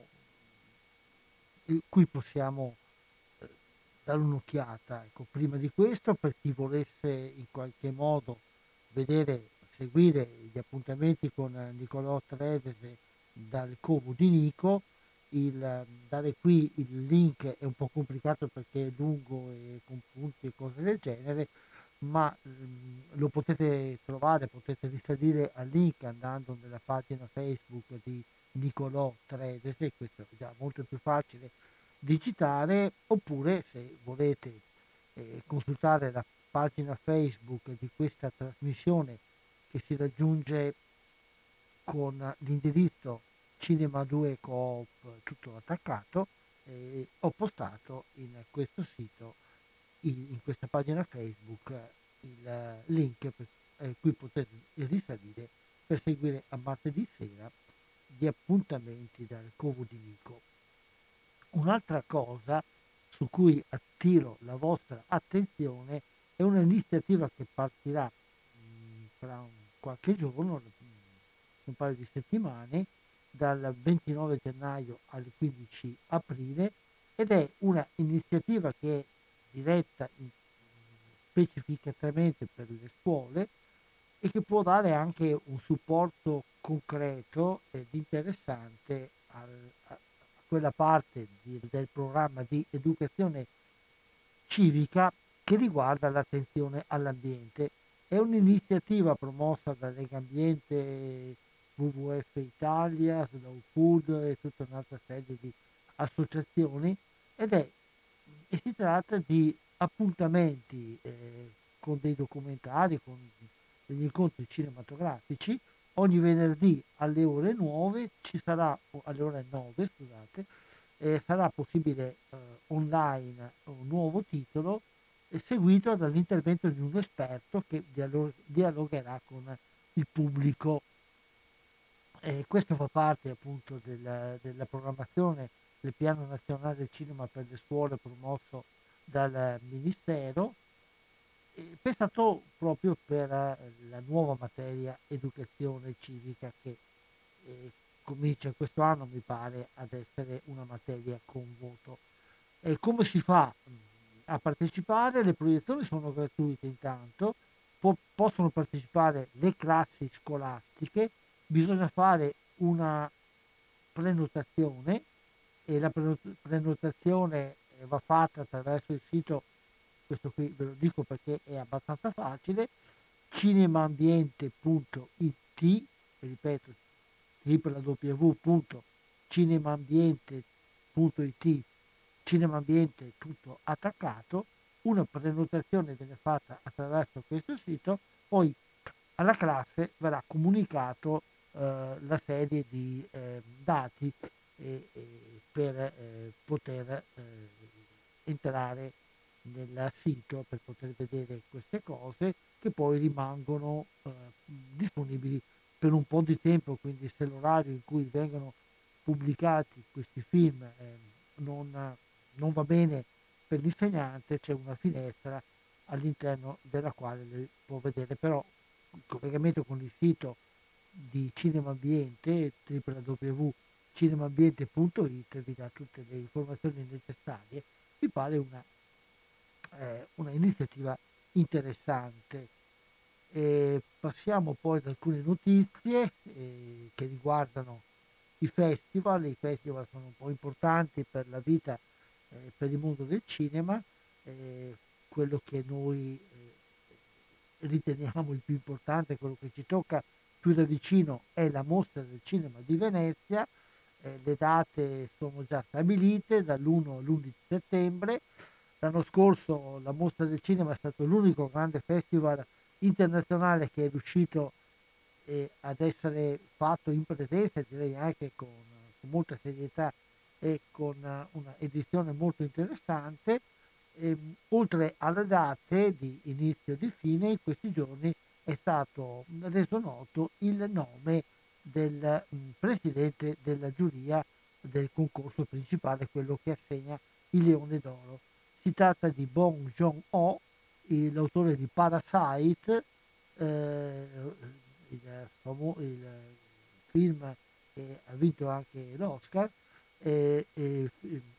cui possiamo dare un'occhiata. Ecco, prima di questo, per chi volesse in qualche modo vedere, seguire gli appuntamenti con Nicolò Trevese dal covo di Nico, il dare qui il link è un po' complicato perché è lungo e con punti e cose del genere, ma mh, lo potete trovare, potete risalire al link andando nella pagina Facebook di Nicolò Trevese, questo è già molto più facile digitare, oppure se volete eh, consultare la pagina Facebook di questa trasmissione che si raggiunge con l'indirizzo Cinema due Coop tutto attaccato, eh, ho postato in questo sito, in, in questa pagina Facebook, il link per eh, cui potete risalire per seguire a martedì sera gli appuntamenti dal covo di Nico. Un'altra cosa su cui attiro la vostra attenzione è un'iniziativa che partirà mh, tra un, qualche giorno, un paio di settimane, dal ventinove gennaio al quindici aprile, ed è una iniziativa che è diretta in, specificatamente per le scuole e che può dare anche un supporto concreto ed interessante al, a quella parte di, del programma di educazione civica che riguarda l'attenzione all'ambiente. È un'iniziativa promossa da Legambiente, W W F Italia, Slow Food e tutta un'altra serie di associazioni, ed è e si tratta di appuntamenti eh, con dei documentari, con degli incontri cinematografici. Ogni venerdì alle ore nove ci sarà, o alle ore nove scusate, eh, sarà possibile eh, online un nuovo titolo eh, seguito dall'intervento di un esperto che dialo- dialogherà con il pubblico. E questo fa parte appunto della, della programmazione del Piano Nazionale del Cinema per le Scuole promosso dal Ministero, eh, pensato proprio per eh, la nuova materia educazione civica che eh, comincia questo anno, mi pare, ad essere una materia con voto. E come si fa mh, a partecipare? Le proiezioni sono gratuite intanto, po- possono partecipare le classi scolastiche, bisogna fare una prenotazione e la prenot- prenotazione eh, va fatta attraverso il sito, questo qui ve lo dico perché è abbastanza facile, cinemaambiente punto it, ripeto, w punto cinemaambiente punto it, cinemaambiente tutto attaccato. Una prenotazione viene fatta attraverso questo sito, poi alla classe verrà comunicato eh, la serie di eh, dati eh, eh, per eh, poter eh, entrare nel sito, per poter vedere queste cose che poi rimangono eh, disponibili per un po' di tempo, quindi se l'orario in cui vengono pubblicati questi film eh, non, non va bene per l'insegnante, c'è una finestra all'interno della quale le può vedere, però il collegamento con il sito di Cinema Ambiente, w w w punto cinemaambiente punto it, vi dà tutte le informazioni necessarie. Mi pare una, eh, una iniziativa interessante. E passiamo poi ad alcune notizie eh, che riguardano i festival. I festival sono un po' importanti per la vita, eh, per il mondo del cinema. Eh, quello che noi eh, riteniamo il più importante, quello che ci tocca più da vicino, è la Mostra del Cinema di Venezia. Eh, le date sono già stabilite dall'primo all'undici settembre. L'anno scorso la Mostra del Cinema è stato l'unico grande festival internazionale che è riuscito eh, ad essere fatto in presenza, direi anche con, con molta serietà e con uh, una edizione molto interessante. E, oltre alle date di inizio e di fine, in questi giorni è stato reso noto il nome del mh, presidente della giuria del concorso principale, quello che assegna il Leone d'Oro. Si tratta di Bong Joon-ho, l'autore di Parasite, eh, il, famo- il film che ha vinto anche l'Oscar, eh, eh,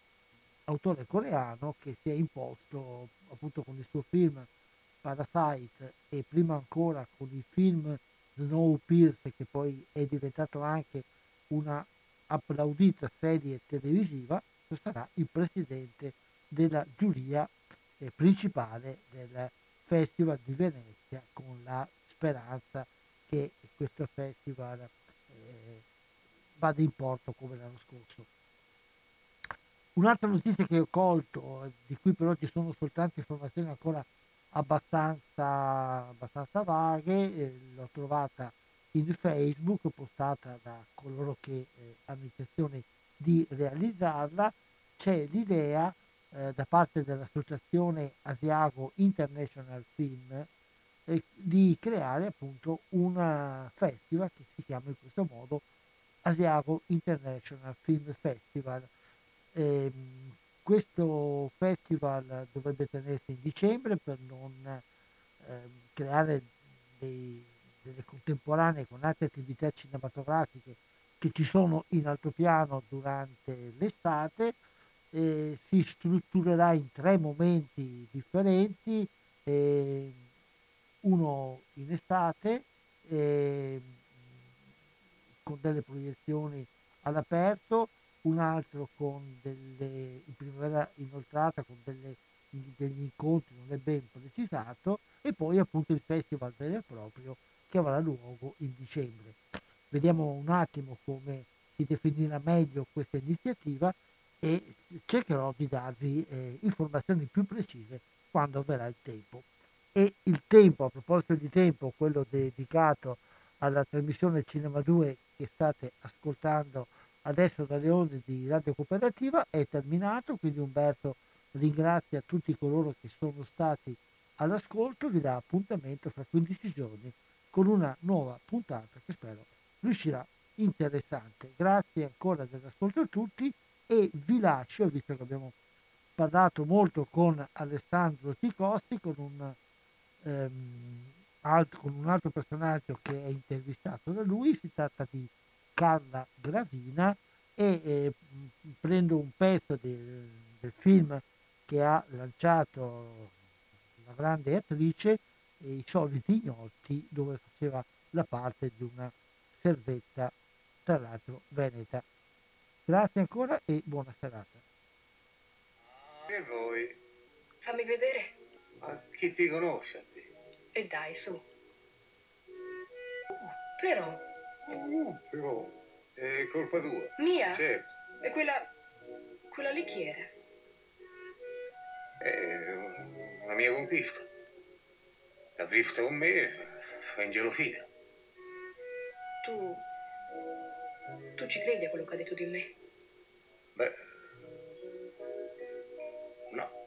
autore coreano che si è imposto appunto con il suo film Parasite e prima ancora con il film Snowpiercer, che poi è diventato anche una applaudita serie televisiva. Sarà il presidente della giuria eh, principale del Festival di Venezia, con la speranza che questo festival eh, vada in porto come l'anno scorso. Un'altra notizia che ho colto, eh, di cui però ci sono soltanto informazioni ancora abbastanza, abbastanza vaghe, eh, l'ho trovata in Facebook, postata da coloro che eh, hanno intenzione di realizzarla. C'è l'idea eh, da parte dell'associazione Asiago International Film eh, di creare appunto un festival che si chiama in questo modo Asiago International Film Festival. Eh, questo festival dovrebbe tenersi in dicembre per non eh, creare dei, delle contemporanee con altre attività cinematografiche che ci sono in altopiano durante l'estate. Eh, si strutturerà in tre momenti differenti, eh, uno in estate eh, con delle proiezioni all'aperto, un altro con delle, in primavera inoltrata con delle, degli incontri, non è ben precisato, e poi appunto il festival vero e proprio che avrà luogo in dicembre. Vediamo un attimo come si definirà meglio questa iniziativa. e cercherò di darvi eh, informazioni più precise quando verrà il tempo. E il tempo, a proposito di tempo, quello dedicato alla trasmissione Cinema due che state ascoltando adesso dalle onde di Radio Cooperativa è terminato, quindi Umberto ringrazia tutti coloro che sono stati all'ascolto, vi dà appuntamento fra quindici giorni con una nuova puntata che spero riuscirà interessante. Grazie ancora dell'ascolto a tutti e vi lascio, visto che abbiamo parlato molto con Alessandro Ticosti, con un, ehm, alt- con un altro personaggio che è intervistato da lui, si tratta di Carla Gravina e eh, prendo un pezzo del, del film che ha lanciato la grande attrice e I soliti ignoti, dove faceva la parte di una servetta, tra l'altro veneta. Grazie ancora e buona serata. E voi? Fammi vedere. Ma chi ti conosce? E dai, su. Però, Uh, però, è colpa tua. mia? Certo. E quella... quella lì chi era? È una mia compista. L'ha vista con me, fa ingelosire. Tu... tu ci credi a quello che ha detto di me? Beh, no.